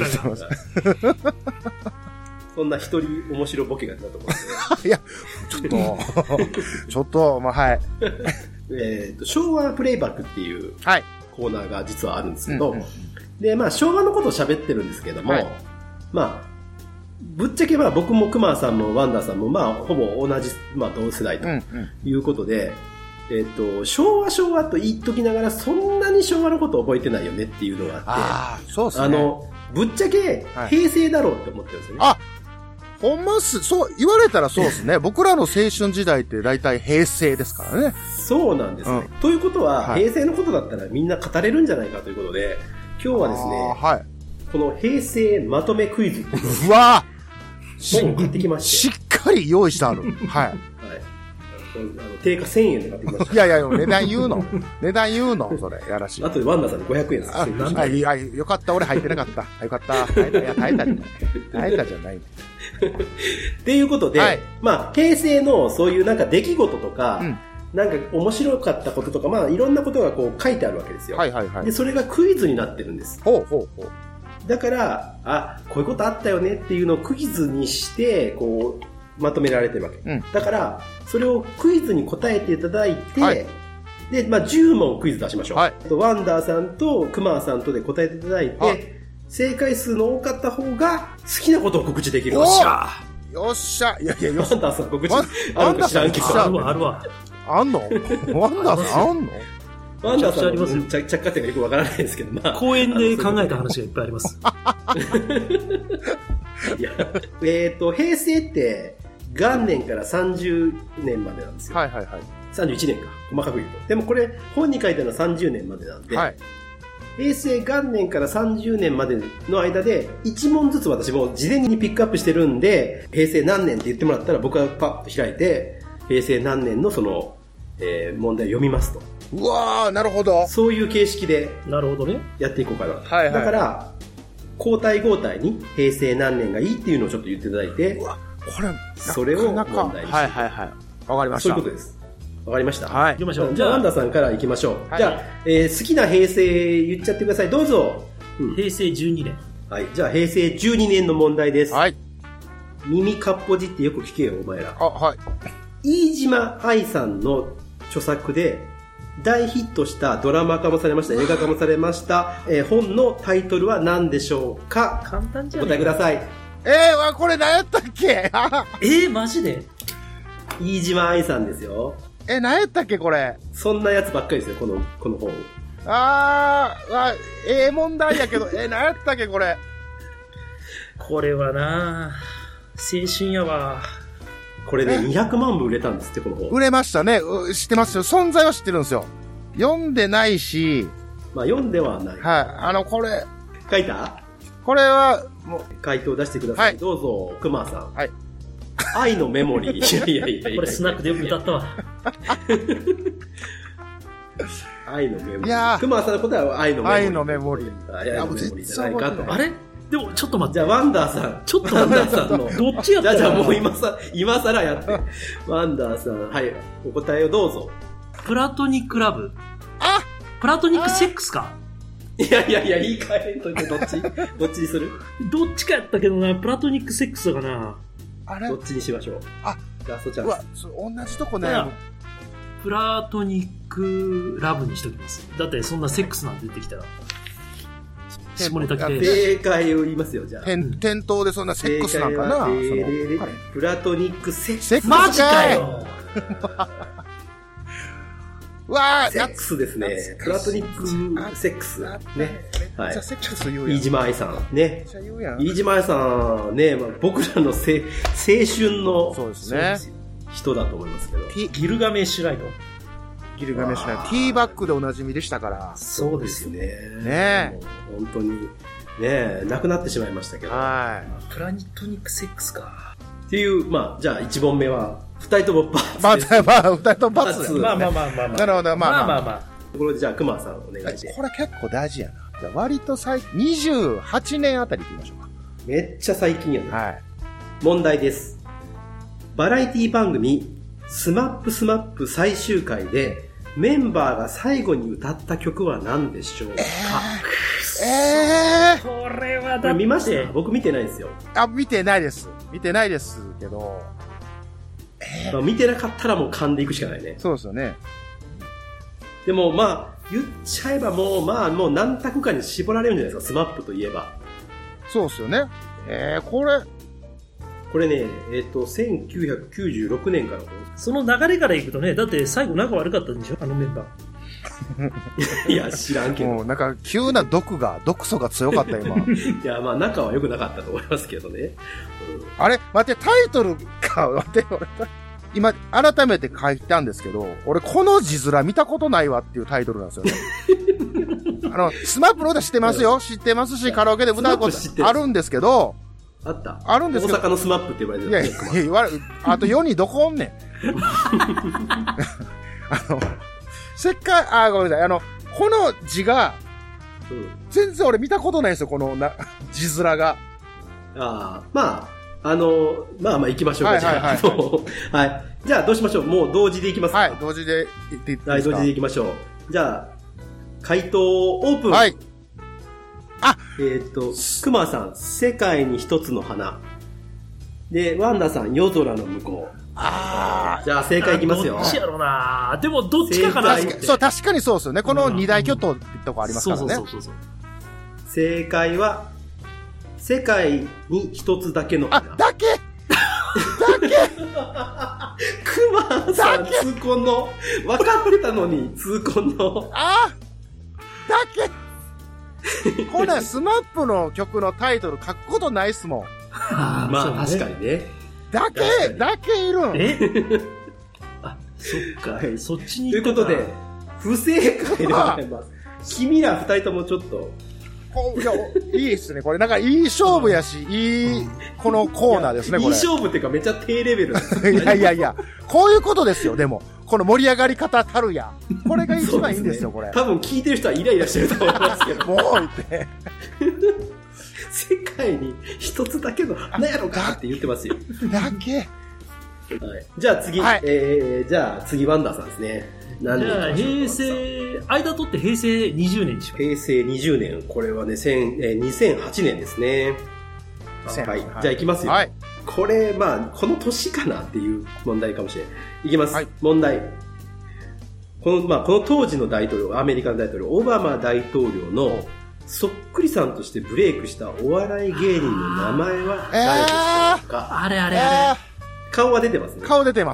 そんな一人面白ボケが出たと思うんですね。いや、ちょっと、はい。 昭和プレイバックっていうコーナーが実はあるんですけど、 うんうん、 で、昭和のことを喋ってるんですけども、はい、ぶっちゃけ僕もクマさんもワンダーさんもほぼ同じ、同世代ということで、昭和と言っときながらそんなに昭和のことを覚えてないよねっていうのがあって、 そうですね。 ぶっちゃけ平成だろうって思ってるんですよね。 ほんまそう言われたらそうですね。僕らの青春時代って大体平成ですからね。 そうなんですね。ということは、平成のことだったらみんな語れるんじゃないかということで、今日はですね、この平成まとめクイズっていううわ本を買ってきまして。 しっかり用意してある。はい。 定価1000円で買ってきました。 いや、値段言うのそれ、やらしい。 あとでワンダーさんに500円です。よかった、俺入ってなかった。よかった。耐えたじゃない。 っていうことで、平成のそういう出来事とか、面白かったこととか、いろんなことが書いてあるわけですよ。で、それがクイズになってるんです。だから、こういうことあったよねっていうのをクイズにして、まとめられてるわけ。だから、それをクイズに答えていただいて、で、10問クイズ出しましょう。ワンダーさんとクマさんとで答えていただいて、正解数の多かった方が好きなことを告知できる。 よっしゃ。いや、 ワンダーさん告知あるか知らんけど。 あるわ。 あんのワンダーさんあんのワンダーさんの着火点がよくわからないですけど、 公園で考えた話がいっぱいあります。 いや、平成って、元年から30年までなんですよ。31年か。細かく言うと。でもこれ、本に書いてあるのは30年までなんで、平成元年から30年までの間で、1問ずつ私も事前にピックアップしてるんで、平成何年って言ってもらったら僕はパッと開いて、平成何年のその、問題を読みますと。 うわー、なるほど。 そういう形式で、 なるほどね。 やっていこうかな。だから、交代に平成何年がいいっていうのをちょっと言っていただいて、 これ、 それを問題にして。 わかりました。 そういうことです。わかりました。 行きましょう。 じゃあ、ワンダさんから行きましょう。じゃあ、好きな平成言っちゃってください。どうぞ。 平成12年。 はい。じゃあ、平成12年の問題です。耳かっぽじってよく聞けよ、お前ら。飯島愛さんの著作で、大ヒットしたドラマ化もされました、映画化もされました、本のタイトルは何でしょうか？ 簡単じゃん。 お答えください。 これ何やったっけ？ マジで？ 飯島愛さんですよ。 何やったっけこれ？ そんなやつばっかりですよ、この本。 問題やけど、何やったっけこれ？ これはな青春やわ。 これね、200万部売れたんですって、この本。 売れましたね。知ってますよ。存在は知ってるんですよ。読んでないし。 読んではない。 これ。 書いた？ これは、もう。 回答出してください。どうぞ、クマさん。愛のメモリー。いや。 これスナックでよく歌ったわ。 愛のメモリー。クマさんの答えは愛のメモリー。 愛のメモリー。 愛のメモリーじゃないかと。 あれ？でも、ちょっと待って。 じゃあ、ワンダーさん。 ちょっとワンダーさんの。どっちやったの？ じゃあもう今更やって。ワンダーさん、はい。お答えをどうぞ。 プラトニックラブ。 プラトニックセックスか。 いや、言い換えんといて、どっちにする？ どっちかやったけどな、プラトニックセックスだかな。 あれどっちにしましょう。ラストチャンス。 うわ、同じとこね。 プラトニックラブにしときます。だってそんなセックスなんて出てきたら。下ネタ系。 正解を言いますよ、じゃあ。 店頭でそんなセックスなんかな。 プラトニックセックス。 マジかよわー、 セックスですね。プラトニックセックス。ね。 はい。セックス言うやん。 飯島愛さん。ね。飯島愛さん、ね、僕らの青春の。 そうですね。 人だと思いますけど。 ギルガメッシュライド。 ギルガメッシュライド。ティーバッグでおなじみでしたから。 そうですね。 ね本当に、ね、亡くなってしまいましたけど。 はい。プラトニックセックスか。 っていう、まあ、じゃあ1問目は、二人ともバツ。 まあ、二人ともバツ。 まあ。 なるほど、まあ。 ところで、じゃあ、熊さんお願いして。 これ結構大事やな。じゃあ割と28年あたり行きましょうか。 めっちゃ最近やね。 はい。 問題です。バラエティ番組、スマップ最終回で、メンバーが最後に歌った曲は何でしょうか？ これはだって。 見ました？僕見てないですよ。 見てないですけど。 まあ、見てなかったらもう噛んでいくしかないね。 そうですよね。でもまあ、言っちゃえばもう何択かに絞られるんじゃないですか、スマップといえば。 そうですよね。 これね、1996年からその流れからいくとね、だって最後仲悪かったんでしょ、あのメンバー。いや、知らんけど。 もうなんか急な毒素が強かった今。いや、まあ仲は良くなかったと思いますけどね。 あれ待って、タイトルか、待って、俺、今、改めて書いたんですけど、俺この字面見たことないわっていうタイトルなんですよね。スマップの歌知ってますよ。知ってますし、カラオケで歌うことあるんですけど、あるんですけど。 大阪のスマップって言われてる。 いや、あと4人どこおんねん。せっかい、ごめんなさい。この字が、全然俺見たことないんですよ、この字面が。 まあ行きましょうか、じゃあ。はい。じゃあ、どうしましょう。もう同時でいきますか？ はい、同時で言っていいですか？ はい、同時でいきましょう。じゃあ、回答オープン。 はい。 熊さん、世界に一つの花。で、ワンダさん、夜空の向こう。じゃあ正解いきますよ。 どっちやろうな。でもどっちかかな。 そう、確かにそうですよね。この二大巨頭ってとこありますからね。 そう。 正解は、世界に一つだけの花。 だけ熊さん、痛恨の、分かってたのに、痛恨の。 だけこれスマップの曲のタイトル書くことないっすもん。 まあ、確かにね。 だけいるん。 そっか。そっちにということで、不正解でございます。君ら二人ともちょっと。 いいっすね。これ、なんかいい勝負やし、いい、このコーナーですね、これ。 いい勝負っていうかめっちゃ低レベルです。 いや、こういうことですよ、でも。この盛り上がり方たるや。これが一番いいんですよ、これ。 多分聞いてる人はイライラしてると思いますけど。 もう言って。 世界に一つだけの花やろかって言ってますよ。 だけ。はい。 じゃあ次、じゃあ次ワンダーさんですね。 じゃあ間取って平成20年でしょ。 平成20年。これはね、2008年ですね。はい。じゃあ行きますよ。はい。これ、この年かなっていう問題かもしれない。いきます。はい、問題。この当時の大統領、アメリカの大統領、オバマ大統領のそっくりさんとしてブレイクしたお笑い芸人の名前は誰でしょうか？ あれ。 顔は出てますね。 顔出てます。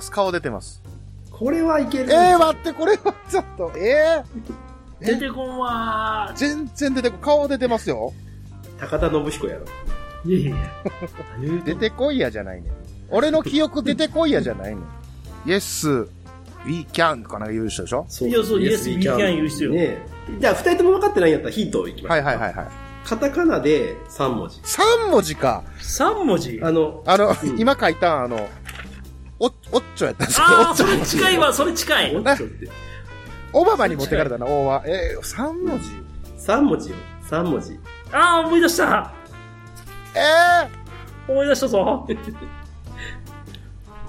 これはいける。 待って、これはちょっと、 出てこんわー。 全然出てこん、顔出てますよ。 高田信彦やろ。 いや。 出てこいやじゃないね。俺の記憶出てこいやじゃないね。Yes, we can とかなんか言う人でしょ？ そう、Yes, we can 言う人よ。 ね。じゃあ、二人とも分かってないんやったらヒントいきましょう。 はい。 カタカナで3文字。 3文字か。 3文字？ 今書いたおっちょやったんですよ。 それ近いわ、それ近い。 オバマに持ってかれたな、Oは。3文字 ?3 文字よ。3文字。 思い出した。思い出したぞ。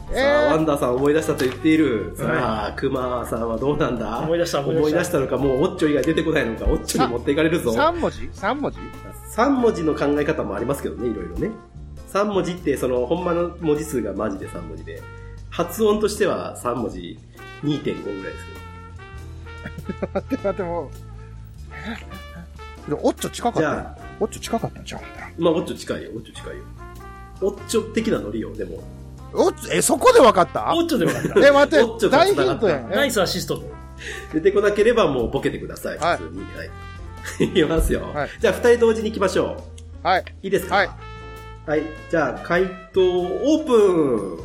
ワンダーさん思い出したと言っている。さあ、クマさんはどうなんだ？ 思い出したのか、もうオッチョ以外出てこないのか、オッチョに持っていかれるぞ。 3文字 ?3 文字 ?3 文字の考え方もありますけどね、いろいろね。3文字って、ほんまの文字数がマジで3文字で、発音としては3文字 2.5 ぐらいですけど。 待って、もう。オッチョ近かったじゃあ、オッチョ近かったんちゃうんだ。 まあ、オッチョ近いよ。オッチョ的なノリよ、でも。 そこで分かった？ オッチョで分かった。 待って、大ヒントやん。 ナイスアシスト。 出てこなければもうボケてください、普通に。はい。いきますよ。じゃあ、2人同時に行きましょう。はい。 いいですか？はい。じゃあ、回答オープ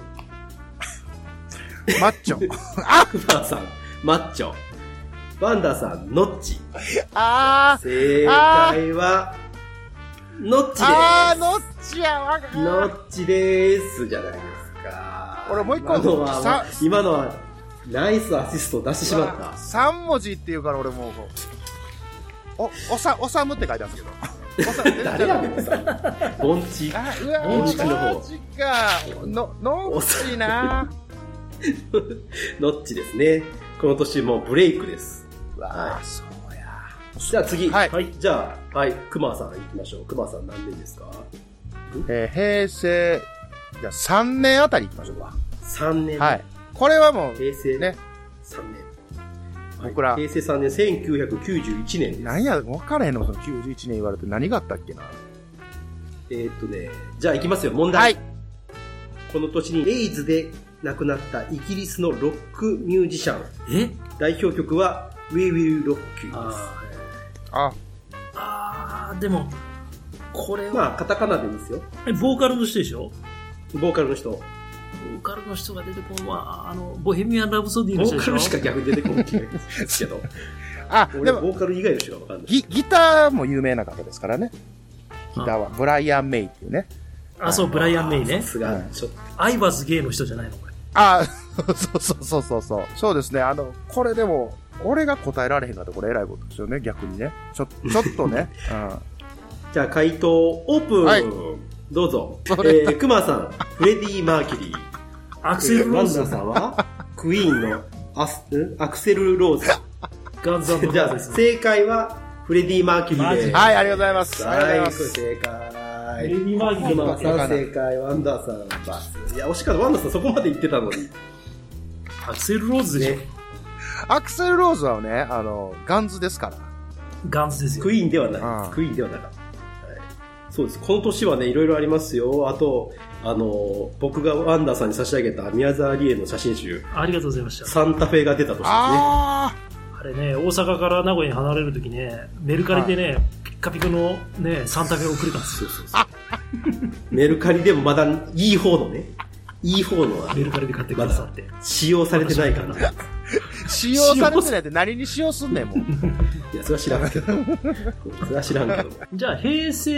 ンマッチョ。 クマさん、マッチョ。ワンダーさん、ノッチ。正解は、ノッチです。 ノッチやわかる。 ノッチですじゃないですか。 俺もう一個今のはナイスアシスト出してしまった。 3文字って言うから俺もうおさむって書いてあるんですけど。 誰やねんさ。ボンチ。 ボンチの方。マジか。ノッチな。 ノッチですね。この年もブレイクです。 そうや。 じゃあ次。じゃあ、クマさん行きましょう。クマさん何年ですか？ 平成、じゃあ3年あたり行きましょうか。 3年。 はい。これはもう、 平成ね。 3年。 僕ら。 平成3年、1991年です。 何や、分からへんのその91年言われて何があったっけな。 じゃあ行きますよ、問題。この年にエイズで亡くなったイギリスのロックミュージシャン。代表曲は We Will Rock You です。 でも、これは。 まあ、カタカナでいいですよ。 ボーカルの人でしょ？ ボーカルの人。 ボーカルの人が出てこんは、ボヘミアン・ラブソディの人でしょ？ ボーカルしか逆に出てこん気がするんですけど。でも、ボーカル以外の人は分かんない。 ギターも有名な方ですからね。ギターは。ブライアン・メイっていうね。 そう、ブライアン・メイね。 さすが、ちょっと。 アイバズゲイの人じゃないのこれ。 そう。そうですね。これでも、俺が答えられへんかったらこれ偉いことですよね、逆にね。ちょっとね。 じゃあ、回答オープン。どうぞ。クマさん、フレディ・マーキュリー。 アクセル・ローズ。 ワンダーさんは、クイーンのアクセル・ローズ。 ガンズ&ローズ。 じゃあ、正解は、フレディ・マーキュリーです。 はい、ありがとうございます。 はい、正解。 フレディ・マーキュリー。 クマさん正解、ワンダーさんバス。いや、惜しかった。ワンダーさんそこまで言ってたのに。 アクセル・ローズでしょ。 アクセル・ローズはね、ガンズですから。 ガンズですよ。 クイーンではないです。クイーンではなかった。そうです。この年はね、いろいろありますよ。あと、僕がワンダーさんに差し上げた宮沢りえの写真集。 ありがとうございました。 サンタフェが出た年ですね。あれね、大阪から名古屋に離れるときね、メルカリでね、ピッカピカのね、サンタフェを送れたんですよ。そう。 メルカリでもまだいい方のね、 メルカリで買ってくださって。 使用されてないから。 使用されてないって何に使用すんねん、もう。 いや、それは知らんけど。 じゃあ、平成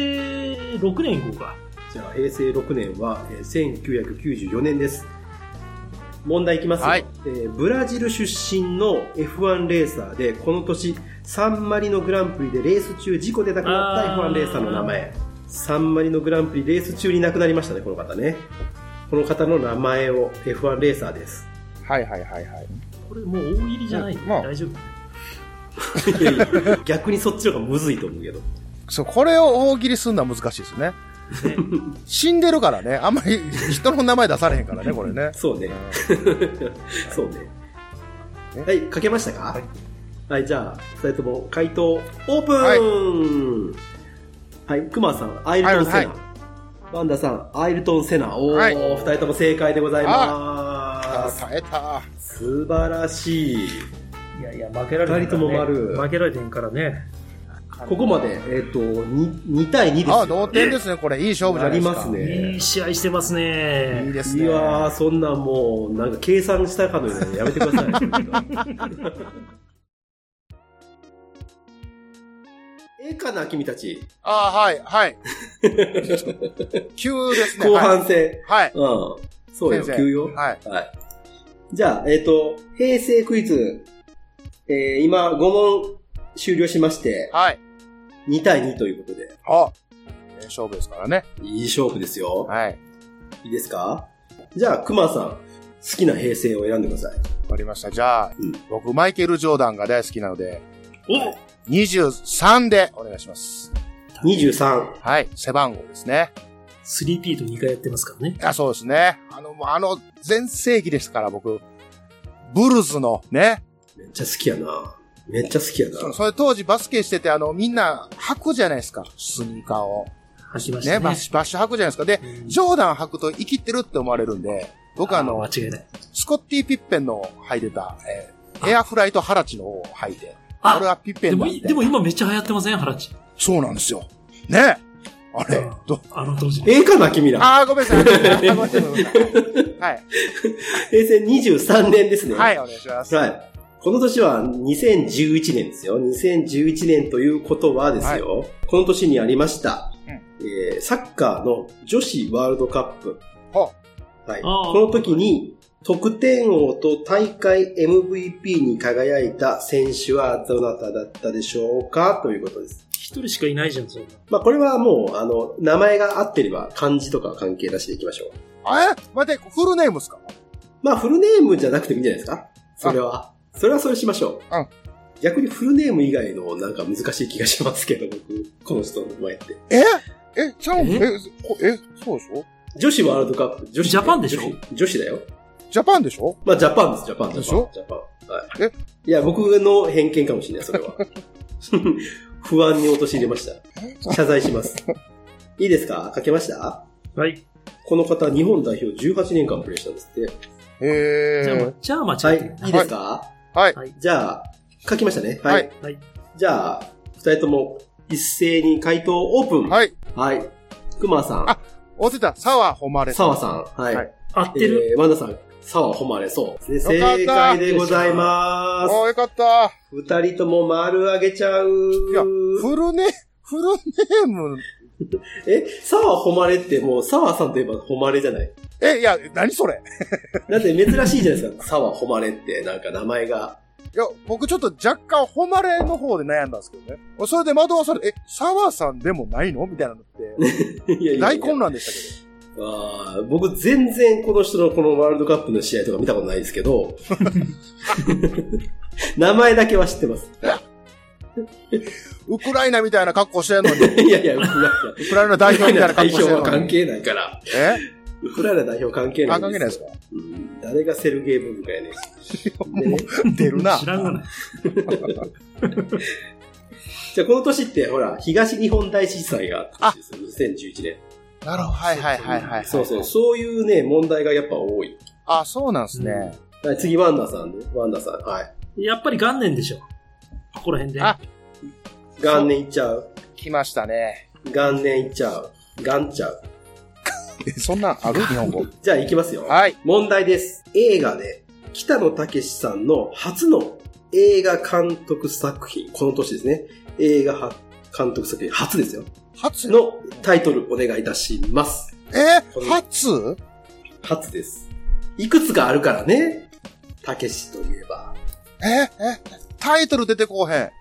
6年いこうか。 じゃあ、平成6年は、1994年です。問題いきますよ。はい。ブラジル出身の F1 レーサーで、この年、サンマリノグランプリでレース中事故で亡くなった F1 レーサーの名前。サンマリノグランプリレース中に亡くなりましたね、この方ね。この方の名前を F1 レーサーです。 はい。 これもう大喜利じゃないの？大丈夫？ いや逆にそっちの方がむずいと思うけど。 そう、これを大喜利するのは難しいですね。死んでるからね。あんまり人の名前出されへんからね、これね。 そうね。そうね。はい、書けましたか？はい、じゃあ、二人とも回答オープン。はい、クマさん、アイルトン・セナ。ワンダさん、アイルトン・セナ。二人とも正解でございます。 耐えた。 素晴らしい。 いや、負けられてんからね。二人とも丸。負けられてんからね。 ここまで、2対2ですよ。 同点ですね、これ。いい勝負じゃないですか。 ありますね。 いい試合してますね。 いいですね。 いやー、そんなんもう、なんか計算したかのようにやめてください。かな、君たち。 はい。急ですね。 後半戦。 はい。 そうよ、急よ。 はい。 じゃあ、平成クイズ、今5問終了しまして、 はい。 2対2ということで。 勝負ですからね。 いい勝負ですよ。 はい。 いいですか？ じゃあ、熊さん、好きな平成を選んでください。 わかりました。じゃあ、僕、マイケル・ジョーダンが大好きなので、23でお願いします。 23。 はい、背番号ですね。 3P と2回やってますからね。 そうですね。全盛期ですから、僕。ブルズのね。 めっちゃ好きやな。めっちゃ好きやな。 それ当時バスケしてて、みんな履くじゃないですか。スニーカーを。 履きましたね。 バッシュ履くじゃないですか。で、ジョーダン履くと生きてるって思われるんで、僕間違いない。 スコッティ・ピッペンの履いてた、エアフライト・ハラチのを履いて。俺はピッペンだって。 でも今めっちゃ流行ってませんハラチ。 そうなんですよ。ねあれ当時。 かな、君ら。 ごめんなさい。はい。 平成23年ですね。 はい、お願いします。 はい。この年は2011年ですよ。2011年ということはですよ。はい、この年にありました、サッカーの女子ワールドカップ。はい。この時に得点王と大会 MVP に輝いた選手はどなただったでしょうかということです。 一人しかいないじゃん、そんな。 まあこれはもう、名前が合ってれば漢字とか関係なしでいきましょう。 待って、フルネームですか？ まあフルネームじゃなくてもいいんじゃないですか？それはそれしましょう。逆にフルネーム以外のなんか難しい気がしますけど、僕、この人の前って。 ちゃうそうでしょ？ 女子ワールドカップ。 ジャパンでしょ？ 女子だよ。 ジャパンでしょ？ まあジャパンです、ジャパン。 でしょ？ ジャパン。はい。いや、僕の偏見かもしれない、それは。不安に陥れました。謝罪します。いいですか？書けました？ はい。 この方、日本代表18年間プレーしたんですって。 じゃあ間違えてない。 いいですか？ はい。 じゃあ、書きましたね。はい。 はい。 じゃあ、二人とも一斉に回答オープン。 はい。 はい。熊さん。 合ってた。沢誉さん。 沢さん。はい。 合ってる。 ワンダさん。沢誉そうですね。正解でございます。 よかった。 二人とも丸あげちゃう。 いや、フルネーム。 沢誉ってもう、沢さんといえば誉じゃない？ いや、何それ？ だって珍しいじゃないですか。沢誉ってなんか名前が。 いや、僕ちょっと若干誉の方で悩んだんですけどね。それで惑わされて、沢さんでもないのみたいなのって。大混乱でしたけど。 僕全然この人のこのワールドカップの試合とか見たことないですけど、名前だけは知ってます。 ウクライナみたいな格好してるのに。 いや、ウクライナ代表みたいな格好してるのに。 代表は関係ないから。ウクライナ代表関係ないんですよ。関係ないですか？誰がセルゲイ・ブブカやねん。 もう出るな。 知らんがない。 じゃあこの年って、ほら、東日本大震災があったんですよ。2011年。 なるほど。はい。 そういうね、問題がやっぱ多い。 そうなんですね。 はい、次、ワンダさんね。ワンダさん。はい。 やっぱり元年でしょ。ここら辺で。 元年いっちゃう。 来ましたね。 元年いっちゃう。元ちゃう。 そんなんある？日本語。 じゃあ行きますよ。 はい。 問題です。映画で、北野武さんの初の映画監督作品。この年ですね。映画監督作品。初ですよ。 初のタイトルお願いいたします。初です。いくつかあるからね。たけしといえば。 タイトル出てこうへん。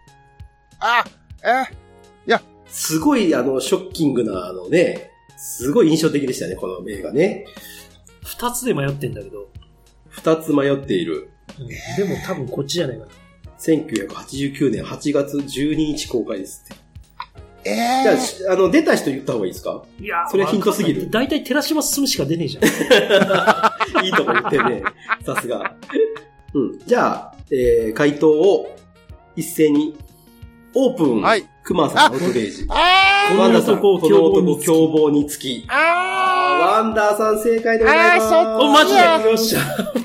いや。 すごいショッキングなね、すごい印象的でしたね、この映画ね。 二つで迷ってんだけど。 二つ迷っている。 でも多分こっちじゃないかな。 1989年8月12日公開ですって。じゃあ、出た人言った方がいいですか？いや、それヒントすぎる。 だいたい寺島進しか出ねえじゃん。いいとこ言ってね。さすが。じゃあ、回答を一斉にオープン。はい。熊さんアウトレイジ。ワンダさん、この男凶暴につき。ワンダーさん正解でございます。 マジでよっしゃ。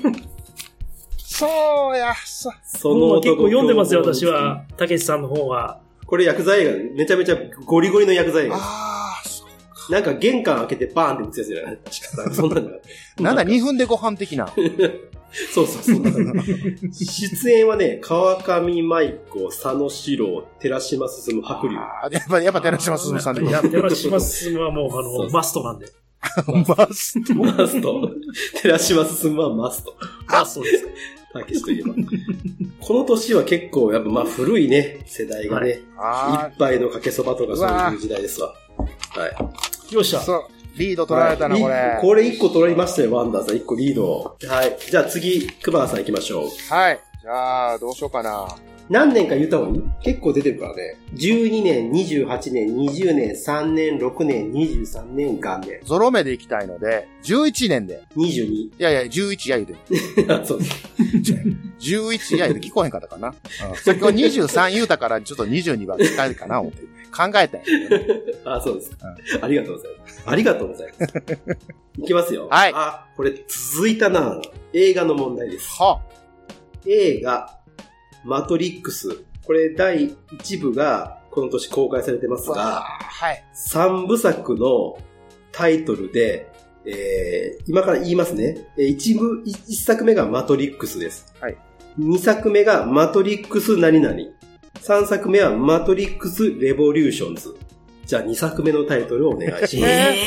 そうや、 その男結構読んでますよ、私は。たけしさんの方は。 これ薬剤映画、めちゃめちゃゴリゴリの薬剤映画。そうか。なんか玄関開けてバーンって打つやつじゃない？確かそんなんだ。 なんだ、2分でご飯的な。 そう。出演はね、川上舞子、佐野史郎、寺島進、白龍。 やっぱ寺島進さんで。 寺島進はもうマストなんで。 マスト。寺島進はマスト。マストです。たけしといえば。この年は結構やっぱ古いね、世代がね、一杯のかけそばとかそういう時代ですわ。はい。 よっしゃ。 リード取られたな、これ。 これ1個取られましたよ、ワンダーさん。1個リード。はい。じゃあ次、熊谷さん行きましょう。 はい。じゃあ、どうしようかな。 何年か言った方がいい？結構出てるからね。12年、28年、20年、3年、6年、23年、元年。 ゾロ目で行きたいので、11年で。 22。 いやいや、11や言うてる。そうです。 11や言うて聞こえへんかったかな。さっきは23言うたから、ちょっと22は近いかな、思って。考えたんやけど、ね。 あ、そうです。ありがとうございます。ありがとうございます。いきますよ。 はい。 あ、これ続いたな。映画の問題です。 は映画、マトリックス。これ第1部がこの年公開されてますが、 はい。 3部作のタイトルで、今から言いますね。1作目がマトリックスです。 はい。 2作目がマトリックス何々。3作目はマトリックスレボリューションズ。じゃあ2作目のタイトルをお願いします。だ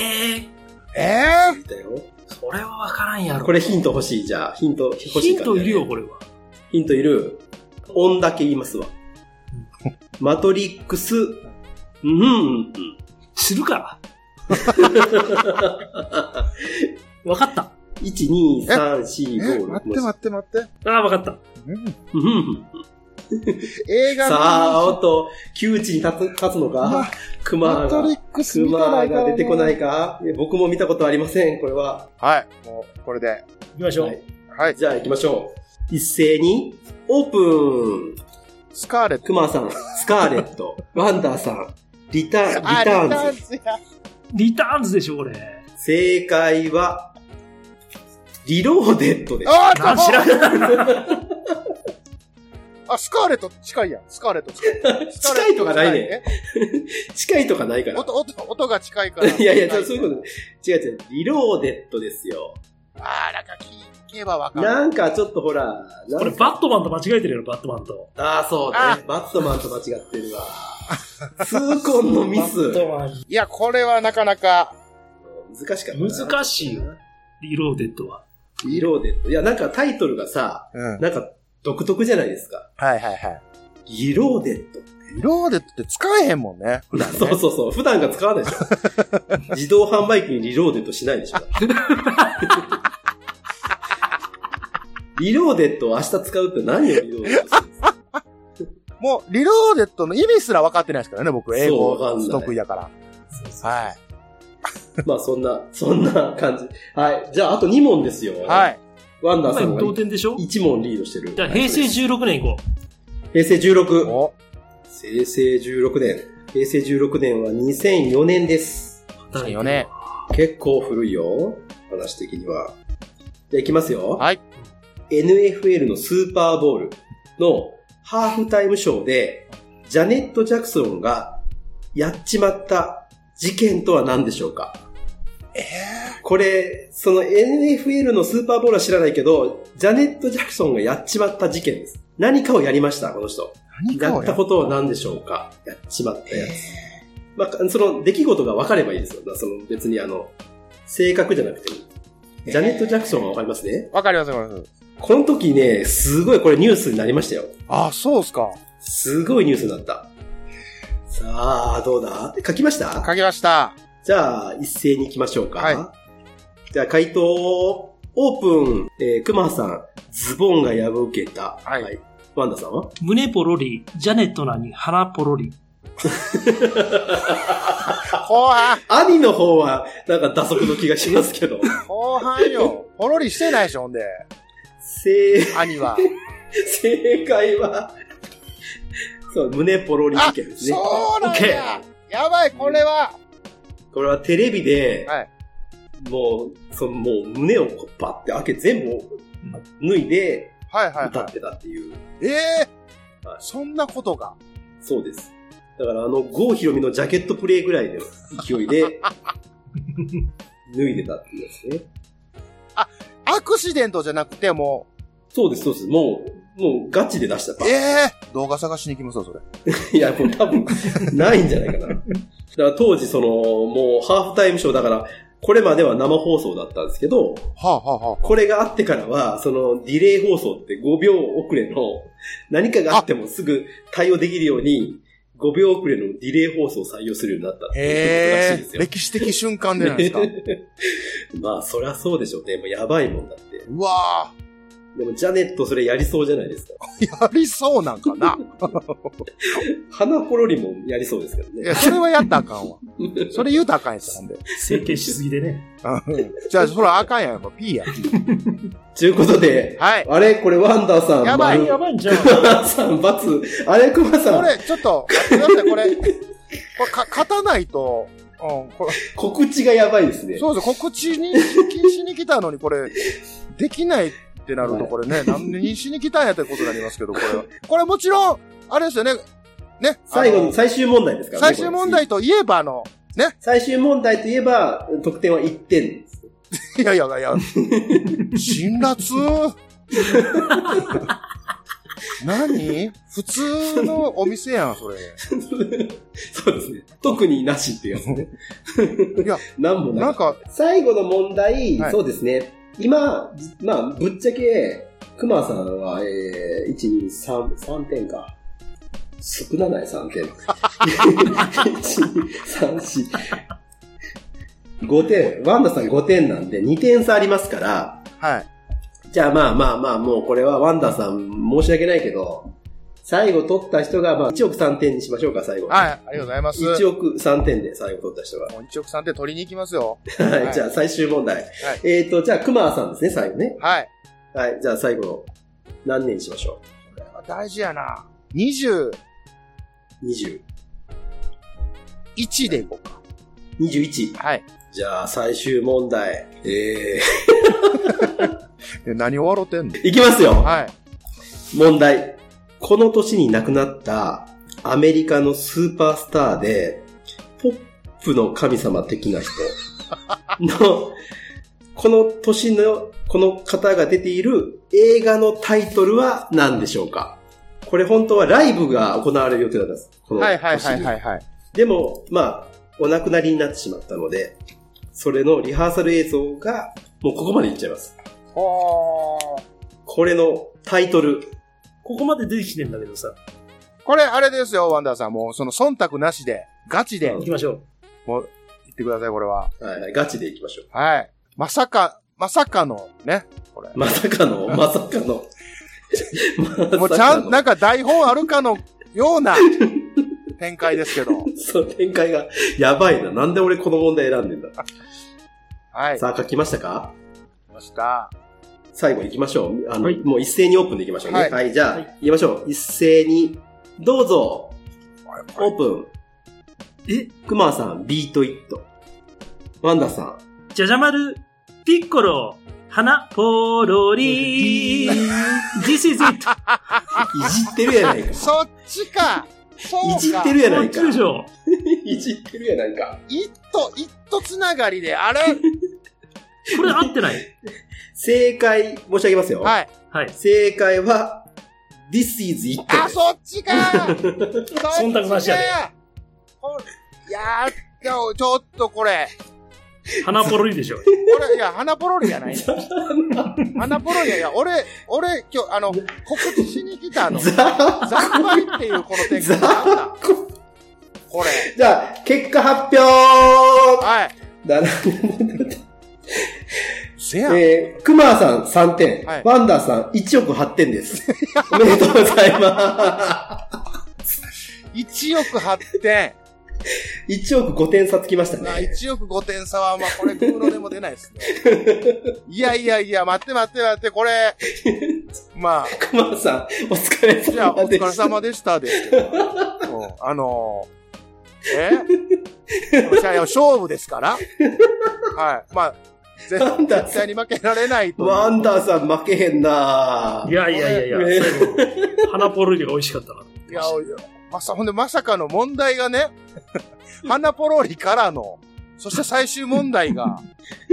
よ。 それはわからんやろ。 これヒント欲しい。じゃあヒント欲しいから、ね。 ヒントいるよ、これは。 ヒントいる。音だけ言いますわ。マトリックス、 するか。わかった。 1、2、3、4、5、 6。待って。 ああ、わかった。 映画さあ、おっと、窮地に立つのか熊が出てこないか。僕も見たことありません、これは。 はい、もう、これで。 行きましょう。 はい。 じゃあ行きましょう。一斉に、オープン。 スカーレット。 熊さん、スカーレット。ワンダーさん、リターンズ。 リターンズでしょ、これ。 正解は、リローデッドです。 知らない。 あ、スカーレット近いやん。スカーレット近い。 近いとかないね。近いとかないから。 音が近いから。 いやいや、そういうこと。違う。リローデッドですよ。 なんか聞けばわかる。 なんかちょっとほら。 これバットマンと間違えてるよ、バットマンと。 ああ、そうね。バットマンと間違ってるわ。痛恨のミス。 いや、これはなかなか。 難しかった。 難しいよ。リローデッドは。 リローデッド。いや、なんかタイトルがさ、なんか独特じゃないですか。 はい。 リローデッド。 リローデッドって使えへんもんね。 普段ね。そう。普段が使わないでしょ。自動販売機にリローデッドしないでしょ。リローデッドを明日使うって何をリローデッドするんですか？ もう、リローデッドの意味すら分かってないですからね、僕、英語得意だから。はい。 まあ、そんな感じ。はい。じゃあ、あと2問ですよ。 はい。 ワンダーさんが同点でしょ 1問リードしてる。 じゃあ、平成16年行こう。平成16。平成16年。平成16年は2004年です。 2004年。 結構古いよ。話的には。じゃあ、いきますよ。 はい。 NFL のスーパーボウルのハーフタイムショーで、ジャネット・ジャクソンがやっちまった事件とは何でしょうか？これ、その NFL のスーパーボウルは知らないけど、ジャネット・ジャクソンがやっちまった事件です。何かをやりました、この人。やったことは何でしょうか？やっちまったやつ。まあ、その出来事が分かればいいですよ。その別に正確じゃなくても。ジャネット・ジャクソンは分かりますね？ 分かります。 この時ね、すごいこれニュースになりましたよ。 あ、そうっすか。 すごいニュースになった。さあ、どうだ？書きました？ 書きました。 じゃあ、一斉に行きましょうか。 はい。 じゃあ、回答、オープン、熊さん、ズボンが破けた。 はい。 ワンダさんは？ 胸ポロリ、ジャネットなに腹ポロリ。 後半。 兄の方は、なんか打足の気がしますけど。 後半よ。ポロリしてないでしょ、ほんで。兄は。 正解は、そう、胸ポロリ事件ですね。 そうなんだ。やばい、これはテレビで、 はい、 もう胸をパッて開け全部脱いで、歌ってたっていう。 はい、そんなことが。 そうです。だから郷ひろみのジャケットプレイぐらいの勢いで、脱いでたっていうやつね。 アクシデントじゃなくてもそうです。もうガチで出したパ動画探しに行きますよ、それ。 いや、もう多分、ないんじゃないかな。だから当時もうハーフタイムショーだから、これまでは生放送だったんですけど、これがあってからは、ディレイ放送って5秒遅れの、何かがあってもすぐ対応できるように、 5秒遅れのディレイ放送を採用するようになったっていうことらしいですよ。 歴史的瞬間でなんですかまあ、そりゃそうでしょうね。もうやばいもんだって。 うわぁ。 でも、ジャネットそれやりそうじゃないですか。 やりそうなんかな花ポロリもやりそうですけどね。 いや、それはやったらあかんわ。それ言うたらあかんやつなんで。 整形しすぎでね。 じゃあ、それあかんやん。P や。 ということで、 はい。 あれこれワンダーさん。 やばい。 やばいんじゃん。 クマさん、×。あれクマさん。 これ、ちょっと、待ってください、これ勝たないと、これ告知がやばいですね。 そうです。告知にしに来たのに、これ、できないってなると、これね、何にしに来たんやってことになりますけど、これもちろん、あれですよね。ね。 最後の最終問題ですからね。最終問題といえばね。 最終問題といえば、得点は1点です。 いや、辛辣何普通のお店やん、それ。 そうですね。特になしっていうやつね。 いや、なんか、 最後の問題、はい、そうですね。今、まあ、ぶっちゃけ、熊さんは、1、2、3点か。少なない3点。1、2、3、4。5点。ワンダさん5点なんで2点差ありますから。 はい。 じゃあまあ、もうこれはワンダさん申し訳ないけど、最後取った人がまあ1億3点にしましょうか、最後。 はい、ありがとうございます。 1億3点で最後取った人が。 もう1億3点取りに行きますよ。 はい、じゃあ最終問題。はい、じゃあ熊さんですね、最後ね。 はい。 はい、じゃあ最後の何年にしましょう。これは大事やな。21でいこうか。 21。 はい。 じゃあ最終問題。 何終わろてんの？ いきますよ。 はい。 問題。この年に亡くなったアメリカのスーパースターで、ポップの神様的な人の、この年のこの方が出ている映画のタイトルは何でしょうか？これ本当はライブが行われる予定だったんです。この年に。はい。でも、まあ、お亡くなりになってしまったので、それのリハーサル映像が、もうここまでいっちゃいます。これのタイトル。 ここまで出てきてんだけどさ。 これ、あれですよ、ワンダーさん。もう、その、忖度なしで、ガチで。 行きましょう。もう、言ってください、これは。 はい、ガチで行きましょう。 はい。まさかの、ね。これ。 まさかの。 もうちゃん、なんか台本あるかのような展開ですけど。 そう、展開がやばいな。なんで俺この問題選んでんだ。 はい。 さあ、書きましたか？ 書きました。 最後行きましょう。 はい、 もう一斉にオープンで行きましょうね。はい、じゃあ、行きましょう。一斉に、どうぞ。オープン。クマさん、ビートイット。ワンダさん。 じゃじゃ丸、ピッコロ、花、ポロリー。This is it. いじってるやないか。 そっちか。そうか。 いじってるやないか。 そっちでしょ。 いじってるやないか。 イットつながりで、あれこれ合ってない。 正解、申し上げますよ。 はい。 はい。 正解は、This is it. あ、そっちか忖度なしやで。 いやー、ちょっとこれ。 花ポロリでしょ。 いや、花ポロリやないね。花ポロリや、いや、俺、今日、告知しに来た惨敗っていうこの展開なんだ。これ。 じゃあ、結果発表。 はい。 クマさん3点、はい、ワンダーさん1億8点です。おめでとうございます。 1億8点。 1億5点差つきましたね。 1億5点差は、まあ、これ、グーのでも出ないですね。いや、待って、これ、まあ。 クマさん、お疲れ様でした。 じゃあ、お疲れ様でしたですけど。勝負ですから。はい。まあ、絶対に負けられないと。 ワンダーさん負けへんなぁ。 いや。最後、花ポロリが美味しかったな。 いや、ほんでまさかの問題がね、花ポロリからの、そして最終問題が。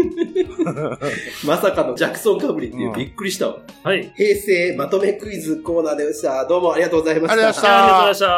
まさかのジャクソンかぶりっていう、びっくりしたわ。 はい。 平成まとめクイズコーナーでした。どうもありがとうございました。 ありがとうございました。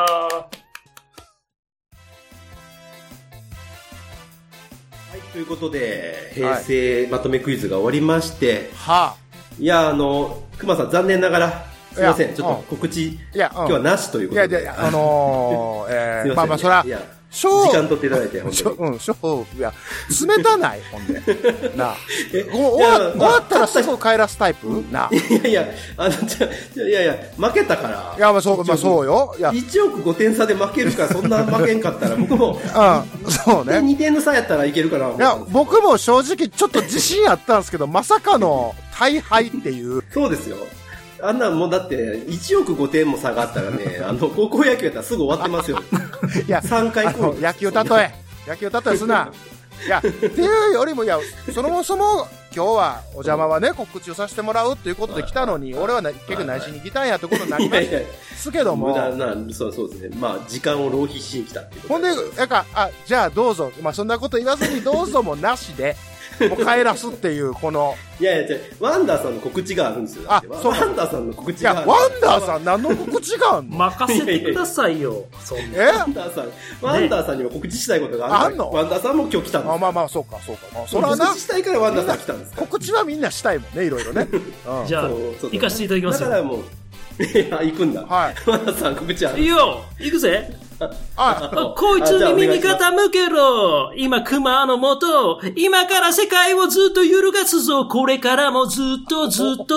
ということで、平成まとめクイズが終わりまして、 はい。 いや、熊さん残念ながら、 すいません、ちょっと告知、今日はなしということで。 まあまあ、そら、 時間取っていただいて、本当に。 いや、冷たない、ほんで。なあ。終わったらすぐ帰らすタイプなあ。 いや、負けたから。 いや、まあそうよ。いや、 1億5点差で負けるから、そんな負けんかったら、僕も、 そうね。 2点の差やったらいけるかな。 いや、僕も正直ちょっと自信あったんですけど、まさかの大敗っていう。 そうですよ。あんなんもうだって1億5点も差があったらね、高校野球やったらすぐ終わってますよ。 いや、 3回野球例えすな。いや、っていうよりも、いや、そもそも今日はお邪魔はね、告知をさせてもらうということで来たのに、俺は結局内心に来たんやということになりましたけども。 そうですね。まあ、時間を浪費しに来たっていうことほんで、じゃあどうぞ。まあ、そんなこと言わずにどうぞもなしで、もう帰らすっていう、この。 いや、ワンダーさんの告知があるんですよ。ワンダーさんの告知がある。 いや、ワンダーさん何の告知があるの？ 任せてくださいよ。 ワンダーさんにも告知したいことがあるの？ワンダーさんも今日来たんです。 まあ、そうか。そらな。 告知したいからワンダーさん来たんですか？ 告知はみんなしたいもんね、いろいろね。 じゃあ、行かせていただきますよ。 だからもう、行くんだ。 はい。 ワンダーさん告知ある。 いいよ、行くぜ。こいつに耳傾けろ。今、熊のもと。今から世界をずっと揺るがすぞ。これからもずっと。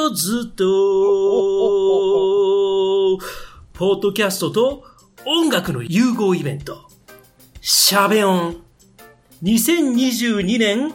ポッドキャストと音楽の融合イベント。シャベオン。2022年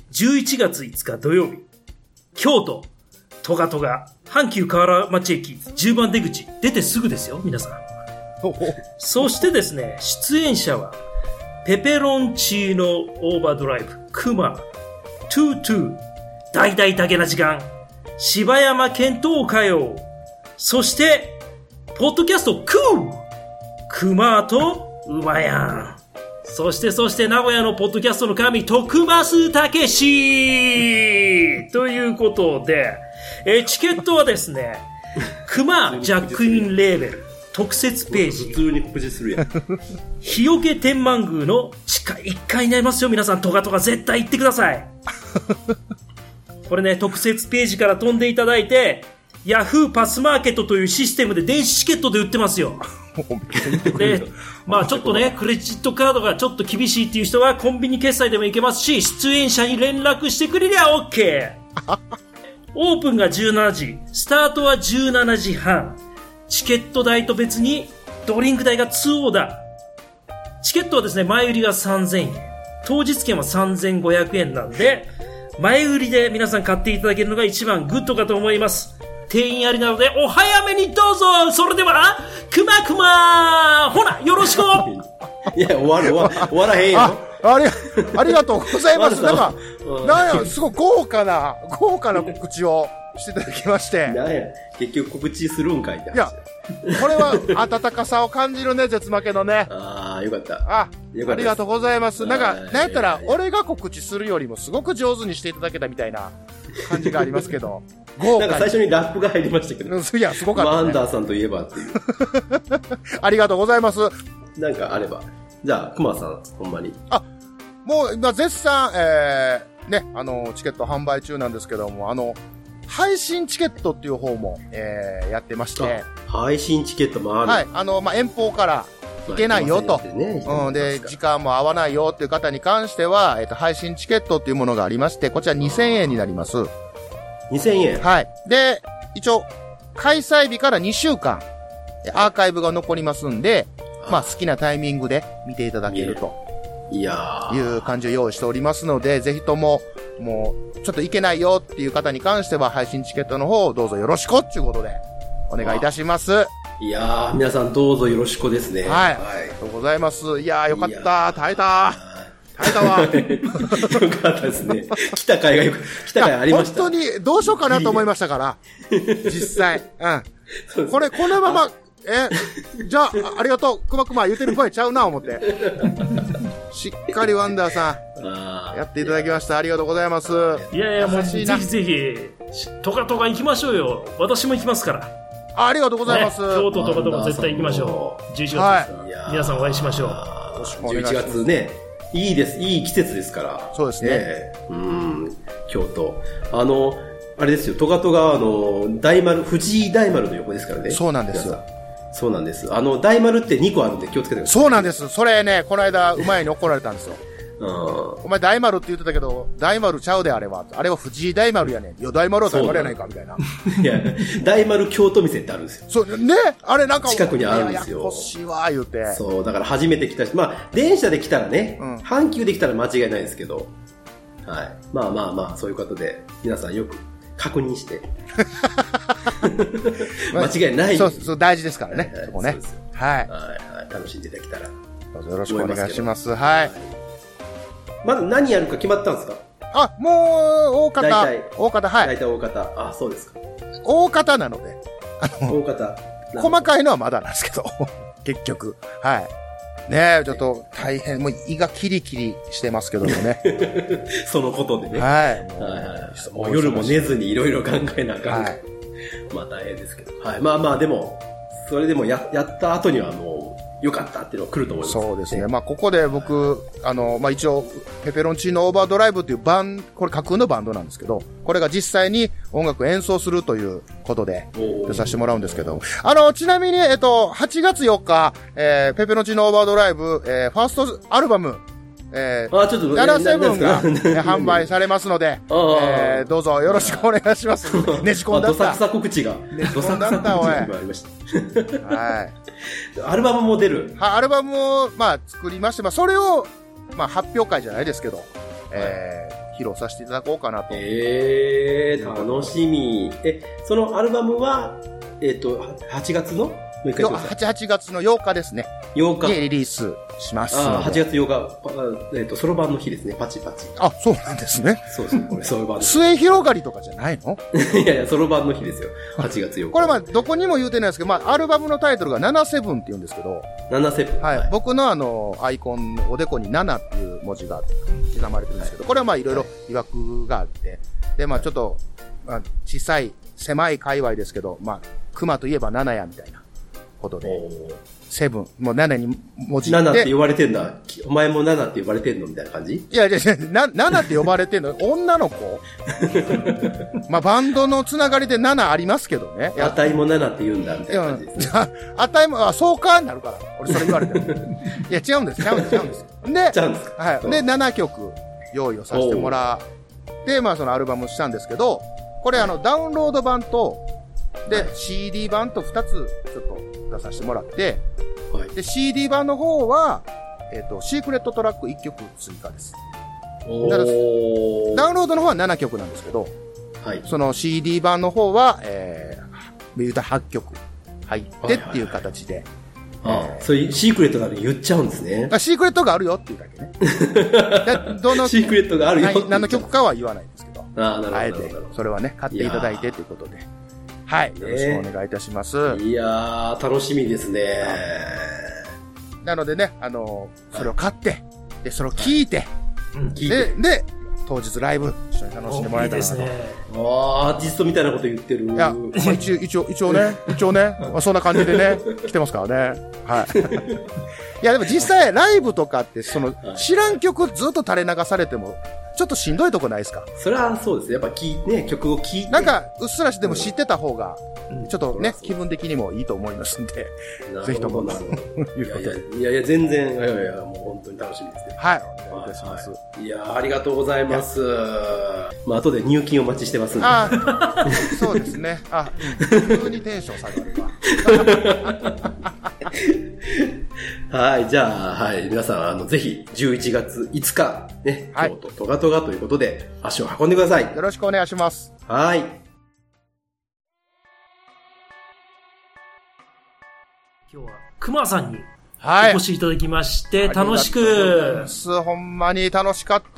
11月5日土曜日。京都、トガトガ、阪急河原町駅、10番出口。出てすぐですよ、皆さん。そしてですね、出演者は、ペペロンチーノオーバードライブ、クマ、トゥートゥー、大々だけな時間、柴山健闘歌謡、そして、ポッドキャストクー、クマとウマヤン。そして名古屋のポッドキャストの神、徳増武史ということで、チケットはですね、クマジャックインレーベル、特設ページ。 普通に告知するやん。 日よけ天満宮の地下1階になりますよ。皆さん、トガトガ絶対行ってください。これね、特設ページから飛んでいただいて、ヤフーパスマーケットというシステムで電子チケットで売ってますよ。で、まあちょっとね、クレジットカードがちょっと厳しいっていう人はコンビニ決済でも行けますし、出演者に連絡してくれりゃ OK。オープンが17時、スタートは17時半。チケット代と別にドリンク代が2オーダー。チケットはですね、前売りが3000円。当日券は3500円なんで、前売りで皆さん買っていただけるのが一番グッドかと思います。定員ありなのでお早めにどうぞ。それでは、くまくまほな、よろしく。 いや、終わらへんよ。 ありがとうございます。なんや、すごい豪華な告知をしていただきまして。 結局告知するんかいって話。 いや、これは温かさを感じるね、絶負けのね。 ああ、よかった。 ありがとうございます。なんやったら、俺が告知するよりもすごく上手にしていただけたみたいな感じがありますけど。 豪華に。なんか最初にラップが入りましたけど。 いや、すごかった、ね。 ワンダーさんといえばっていう。 ありがとうございます。 なんかあれば。じゃあ、熊さん、ほんまに。 もう今絶賛、ね、チケット販売中なんですけども、配信チケットっていう方も、やってまして。 配信チケットもある。 はい。遠方から行けないよと。で、時間も合わないよっていう方に関しては、配信チケットっていうものがありまして、こちら2000円になります。 2000円。 はい。で、一応、開催日から2週間、アーカイブが残りますんで、好きなタイミングで見ていただけると。いう感じを用意しておりますので、ぜひとも、もう、ちょっと行けないよっていう方に関しては、配信チケットの方をどうぞよろしくっていうことで、お願いいたします。 いやー、皆さんどうぞよろしくですね。 はい。ありがとうございます。いやー、よかった。耐えたわ。 よかったですね。来た回ありました。 本当にどうしようかなと思いましたから。実際。うん。このまま、じゃあ、ありがとう。くまくま言うてる声ちゃうな、思って。しっかりワンダーさん、やっていただきました。ありがとうございます。 いや、もうぜひぜひ、トカトカ行きましょうよ。私も行きますから。 ありがとうございます。 京都トカトカ絶対行きましょう。11月です。はい。皆さんお会いしましょう。 11月ね。いいです。いい季節ですから。 そうですね。 京都。 あれですよ、トガトガ大丸、藤井大丸の横ですからね。 そうなんですよ。 そうなんです。大丸って2個あるんで気をつけてください。 そうなんです。それね、この間、うまいに怒られたんですよ。お前大丸って言ってたけど、大丸ちゃうであれは。あれは藤井大丸やねん。いや、大丸は大丸やないか、みたいな。 いや、大丸京都店ってあるんですよ。 そう、ね、あれなんか。 近くにあるんですよ。 欲しいわ、言うて。 そう、だから初めて来たし、まあ、電車で来たらね、阪急で来たら間違いないですけど、はい。まあまあまあ、そういうことで、皆さんよく確認して。間違いない。 そう、大事ですからね。そこね。はい。 楽しんでいただけたら。 どうぞよろしくお願いします。はい。 まだ何やるか決まったんですか？ もう、大方、はい。 大体大方。あ、そうですか。 大方なので。 大方。 細かいのはまだなんですけど、結局。はい。ねえ、ちょっと大変、もう胃がキリキリしてますけどもね。 そのことでね。 はい。 もう夜も寝ずにいろいろ考えながら。はい。まあ大変ですけど。はい。まあまあでも、それでもやった後にはもう、良かったっていうのが来ると思います。 そうですね。まあ、ここで僕、まあ、一応、ペペロンチーノオーバードライブっていうこれ架空のバンドなんですけど、これが実際に音楽演奏するということで、出させてもらうんですけど、ちなみに、8月4日、ペペロンチーノオーバードライブ、ファーストアルバム、 ちょっと、 ヤラセブンが販売されますので、どうぞよろしくお願いします。ねじ込んだった。 どさくさ告知が。 ねじ込んだった、おい。 ありました。 はい。 アルバムも出る。 アルバムを、まあ、作りまして、まあ、それを、まあ、発表会じゃないですけど、披露させていただこうかなと。 楽しみ。そのアルバムは、8月の 8月の8日ですね。 8日。 にリリースします。 8月8日、ソロ版の日ですね、パチパチ。 あ、そうなんですね。 そうですね、これソロ版の日。 末広がりとかじゃないの？ いやいや、ソロ版の日ですよ。8月8日。 これまあ、どこにも言うてないですけど、まあ、アルバムのタイトルが77って言うんですけど。 77。 はい。僕のアイコン、おでこに7っていう文字が刻まれてるんですけど、これはまあ、いろいろ曰くがあって、で、まあ、ちょっと、まあ、小さい、狭い界隈ですけど、まあ、熊といえば7やみたいなことで、7、もう7に文字で。 7って呼ばれてんだ。お前も7って呼ばれてんのみたいな感じ？ いや、7って呼ばれてんの女の子まあ、バンドのつながりで7ありますけどね。 あたいも7って言うんだ、みたいな感じですね。 あたいも、そうかになるから。俺それ言われても。いや、違うんです。で、 違うんですか。 はい。で、7曲用意をさせてもらって、まあ、そのアルバムしたんですけど、これダウンロード版と、で、CD 版と2つちょっと出させてもらって、で、CD 版の方は、シークレットトラック1曲追加です。だからダウンロードの方は7曲なんですけど、はい、その CD 版の方は、言うたら8曲入ってっていう形で。 そういうシークレットがある言っちゃうんですね。 シークレットがあるよっていうだけね。どのシークレットがあるよ。 何の曲かは言わないんですけど。 なるほど。 あえて、それはね、買っていただいてということで。はい。よろしくお願いいたします。 いやー、楽しみですね。 なのでね、それを買って、で、それを聞いて、で、当日ライブ、一緒に楽しんでもらえたらなと。 いいですね。アーティストみたいなこと言ってる。 いや、一応ね、そんな感じでね、来てますからね。はい。いや、でも実際、ライブとかって、知らん曲ずっと垂れ流されても、ちょっとしんどいとこないですか？ それはそうですね。やっぱね、曲を聴いて。 なんか、うっすらしても知ってた方が、ちょっとね、気分的にもいいと思いますんで、ぜひとも。 いや、全然、いや、もう本当に楽しみですね。 はい、お願いいたします。 いや、ありがとうございます。まあ、後で入金お待ちしてますんで。 そうですね。急にテンション下がるわ。 はい、じゃあ、はい、皆さん、ぜひ、11月5日、ね、京都トガトガということで、足を運んでください。 よろしくお願いします。 はい。 今日は、熊さんに、お越しいただきまして、楽しく。 ほんまに楽しかった。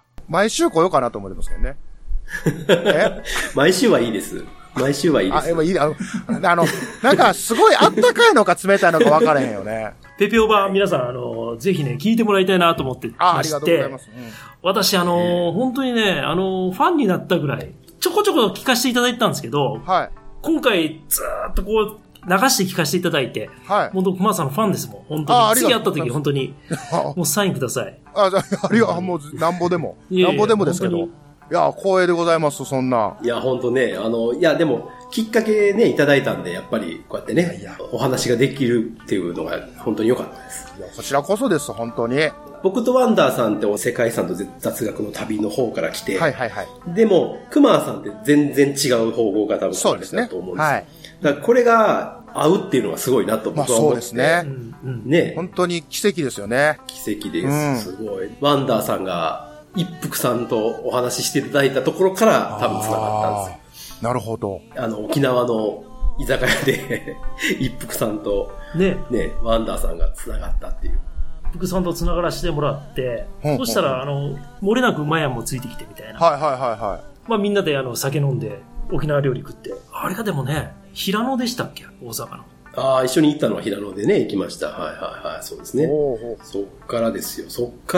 毎週来ようかなと思ってますけどね。 毎週はいいです。毎週はいいです。 なんかすごいあったかいのか冷たいのか分からへんよね。 ペペオバ皆さん、ぜひね、聞いてもらいたいなと思ってまして。ありがとうございます。私、本当にね、ファンになったぐらい、ちょこちょこ聞かせていただいたんですけど、はい、今回、ずーっとこう、流して聞かせていただいて、はい。本当、熊さんのファンですもん。本当に。次会った時、本当に、もうサインください。 もう、なんぼでも。なんぼでもですけど。 いや、光栄でございます、そんな。 いや、ほんとね、いや、でも、きっかけね、いただいたんで、やっぱり、こうやってね、お話ができるっていうのが、本当に良かったです。 いや、こちらこそです、本当に。 僕とワンダーさんって世界遺産と雑学の旅の方から来て、 はいはいはい。 でも、クマさんって全然違う方向が多分そうですね。 と思うんです。 はい。 だからこれが合うっていうのがすごいなと僕は思って。 そうですね。 ね。 本当に奇跡ですよね。 奇跡です。すごい。ワンダーさんが一服さんとお話ししていただいたところから多分繋がったんですよ。 なるほど。 沖縄の居酒屋で一服さんとね、ワンダーさんが繋がったっていう。 福さんと繋がらせてもらって、そしたら、漏れなくマヤンもついてきてみたいな。 はいはいはいはい。 まあみんなで酒飲んで、沖縄料理食って。あれがでもね、平野でしたっけ大阪の。 ああ、一緒に行ったのは平野でね、行きました。はいはいはい、そうですね。そっからですよ。そっから、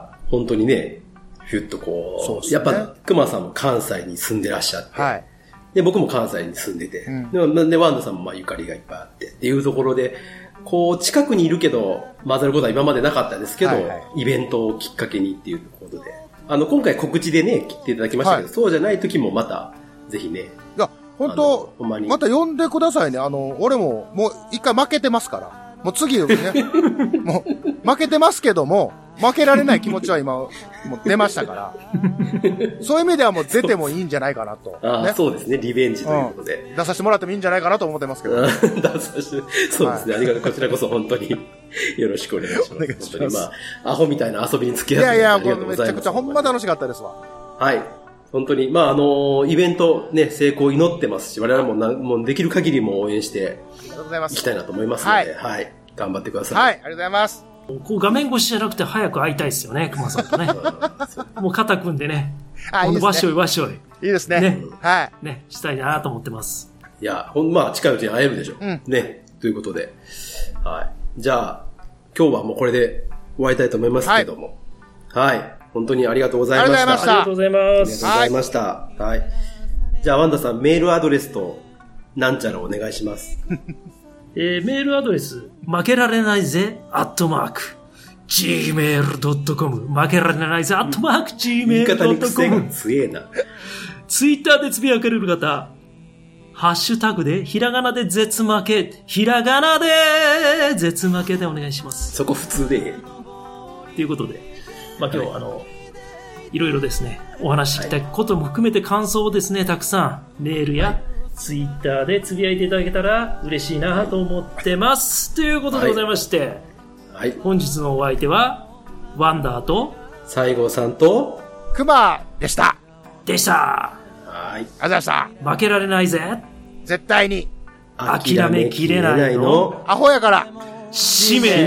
本当にね、ひゅっとこう、そうですね、やっぱ、熊さんも関西に住んでらっしゃって。はい。で、僕も関西に住んでて。で、ワンダさんもまあゆかりがいっぱいあって。っていうところで、こう、近くにいるけど、混ざることは今までなかったですけど、イベントをきっかけにっていうことで。今回告知でね、来ていただきましたけど、そうじゃない時もまた、ぜひね。 いや、本当また呼んでくださいね。俺も、もう一回負けてますから。もう次ね、もう、負けてますけども、負けられない気持ちは今、もう出ましたから。そういう意味ではもう出てもいいんじゃないかなと。 ね、そうですね、リベンジということで、 出させてもらってもいいんじゃないかなと思ってますけど。 そうですね、ありがとう。こちらこそ本当によろしくお願いします。お願いします。本当にまあ、アホみたいな遊びに付き合って、ありがとうございます。 めちゃくちゃほんま楽しかったですわ。 はい。本当に、まあ、イベントね、成功を祈ってますし、我々もできる限りも応援していきたいなと思いますので、はい。頑張ってください。 はい、ありがとうございます。 こう画面越しじゃなくて早く会いたいですよね、熊さんとね。もう肩組んでね。わしょいわしょい。いいですね。ね。はい。 ね、したいなと思ってます。 いや、まあ、近いうちに会えるでしょう。ね。ということで。はい。じゃあ、今日はもうこれで終わりたいと思いますけども。はい。本当にありがとうございました。 ありがとうございます。 ありがとうございました。はい。じゃあ、ワンダさん、メールアドレスと、なんちゃらお願いします。 メールアドレス、負けられないぜ、@gmail.com。負けられないぜ、@gmail.com。 言い方に癖が強えな。 ツイッターでつぶやけれる方、ハッシュタグで、ひらがなで絶負け、ひらがなで絶負けでお願いします。 そこ普通で。 ということで、まあ今日いろいろですね、お話ししたいことも含めて感想をですね、たくさんメールや、ツイッターでつぶやいていただけたら嬉しいなと思ってます。ということでございまして、はい、本日のお相手は、ワンダーと、 西郷さんと、 クマでした。 はい。 ありがとうございました。 負けられないぜ。 絶対に。 諦めきれないの。 アホやから。 使命。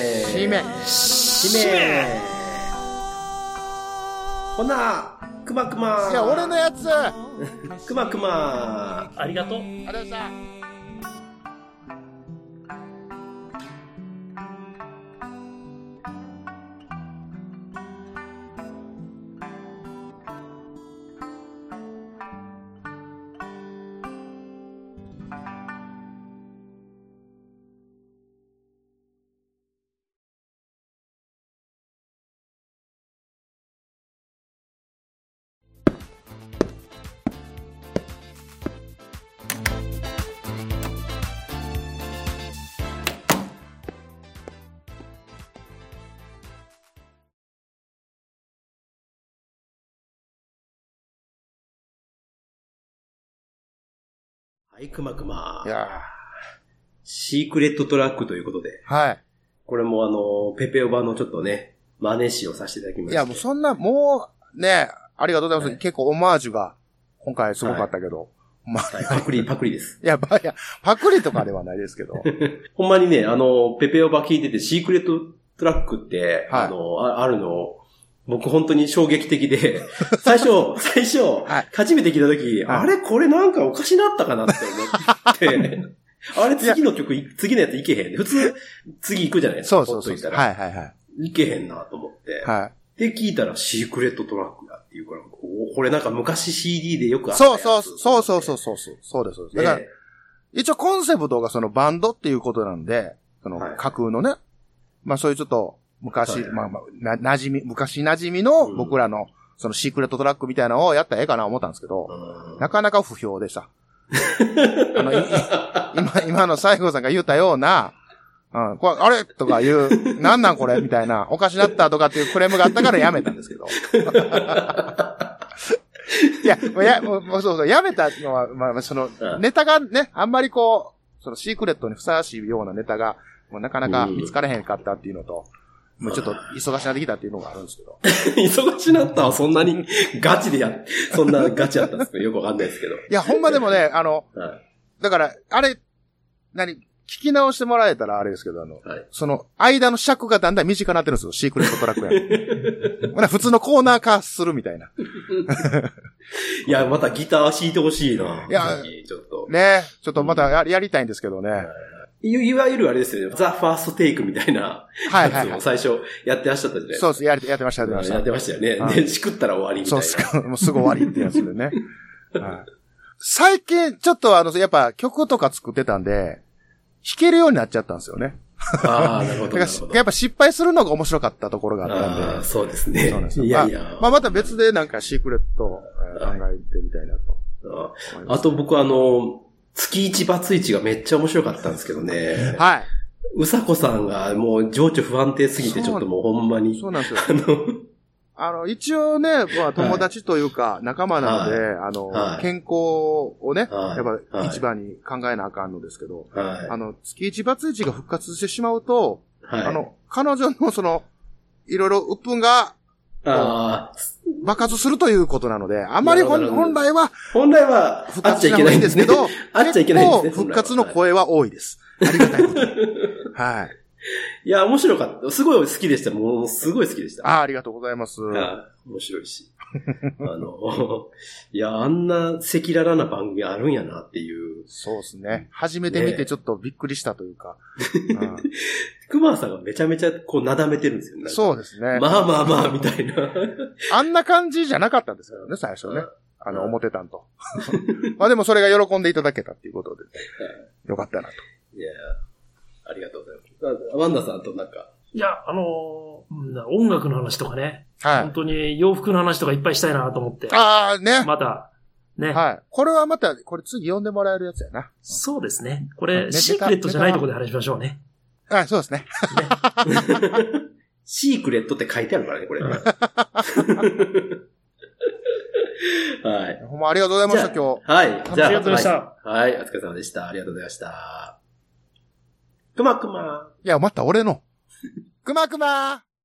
ほな、くまくま。 いや、俺のやつ。 くまくま。 ありがとう。 ありがとうございました。 はい、くまくま。 いやシークレットトラックということで。 はい。 これもペペオバのちょっとね、真似しをさせていただきました。 いや、もうそんな、もう、ね、ありがとうございます。はい、結構オマージュが、今回すごかったけど。 はい、パクリです。 いや、パクリとかではないですけど。 ほんまにね、ペペオバ聞いてて、シークレットトラックって、はい、あるの、僕本当に衝撃的で、最初、はい、初めて聞いたとき、はい、あれこれなんかおかしなったかなって思って、あれ次のやついけへん。普通、次行くじゃないですか。 そう。 はい。いけへんなと思って。 はい。 で、聞いたらシークレットトラックだっていうから、これなんか昔 CD でよくあったやつ。 そうです。だから、一応コンセプトがそのバンドっていうことなんで、その架空のね、まあそういうちょっと、昔馴染みの僕らのそのシークレットトラックみたいなのをやったらええかな思ったんですけど、なかなか不評でした。今の西郷さんが言ったような、これ、あれとか言う、なんなんこれみたいな、おかしなったとかっていうクレームがあったからやめたんですけど。そう、やめたのは、まあ、その、ネタがね、あんまりこう、そのシークレットにふさわしいようなネタが、もうなかなか見つからへんかったっていうのと、もうちょっと忙しなってきたっていうのがあるんですけど。 忙しなったはそんなにガチでそんなガチやったんですかよくわかんないですけど。 いや、ほんまでもね、だから、あれ、聞き直してもらえたらあれですけど、その、間の尺がだんだん短くなってるんですよ、シークレットトラックや。普通のコーナー化するみたいな。 いや、またギター弾いてほしいな。 いや、ちょっと。ね、ちょっとまたやりたいんですけどね。 いわゆるあれですよね、ザ・ファーストテイクみたいなやつを最初やってらっしゃったじゃないですか。 そうです、やってました。 やってましたよね。で、しくったら終わりみたいな。 そう、もうすぐ終わりってやつでね。最近、ちょっとやっぱ曲とか作ってたんで、弾けるようになっちゃったんですよね。 ああ、なるほど。 やっぱ失敗するのが面白かったところがあったんで。 ああ、そうですね。 そうなんですよ。いやいや。また別でなんかシークレット考えてみたいなと。 あと僕月一バツイチがめっちゃ面白かったんですけどね。 はい。 うさこさんがもう情緒不安定すぎてちょっともうほんまに。 そうなんですよ。一応ね、まあ友達というか仲間なので、健康をね、やっぱ一番に考えなあかんのですけど、月一バツイチが復活してしまうと、彼女のその、いろいろ鬱憤が、爆発するということなので、あまり本来は復活しないいんですけど、結構復活の声は多いです。ありがたいことに。はい。 いや、面白かった。すごい好きでした。もう、すごい好きでした。 ありがとうございます。 面白いし。いや、あんな赤裸々な番組あるんやなっていう。 そうですね。初めて見てちょっとびっくりしたというか。 熊さんがめちゃめちゃこうなだめてるんですよね。 そうですね。 まあ、みたいな。あんな感じじゃなかったんですよね、最初ね。思ってたんと。まあでもそれが喜んでいただけたっていうことで、よかったなと。 いやありがとうございます。ワンダさんとなんか。 いや、音楽の話とかね。 はい。 本当に洋服の話とかいっぱいしたいなと思って。 ね。 また、ね。 はい。これはまた、これ次読んでもらえるやつやな。 そうですね。これ、シークレットじゃないところで話しましょうね。 そうですね。 シークレットって書いてあるからね、これ。はい。 ほんまありがとうございました、今日。 はい。 じゃあ、ありがとうございました。 はい、お疲れ様でした。ありがとうございました。くまくま。 いや、また俺の。くまくま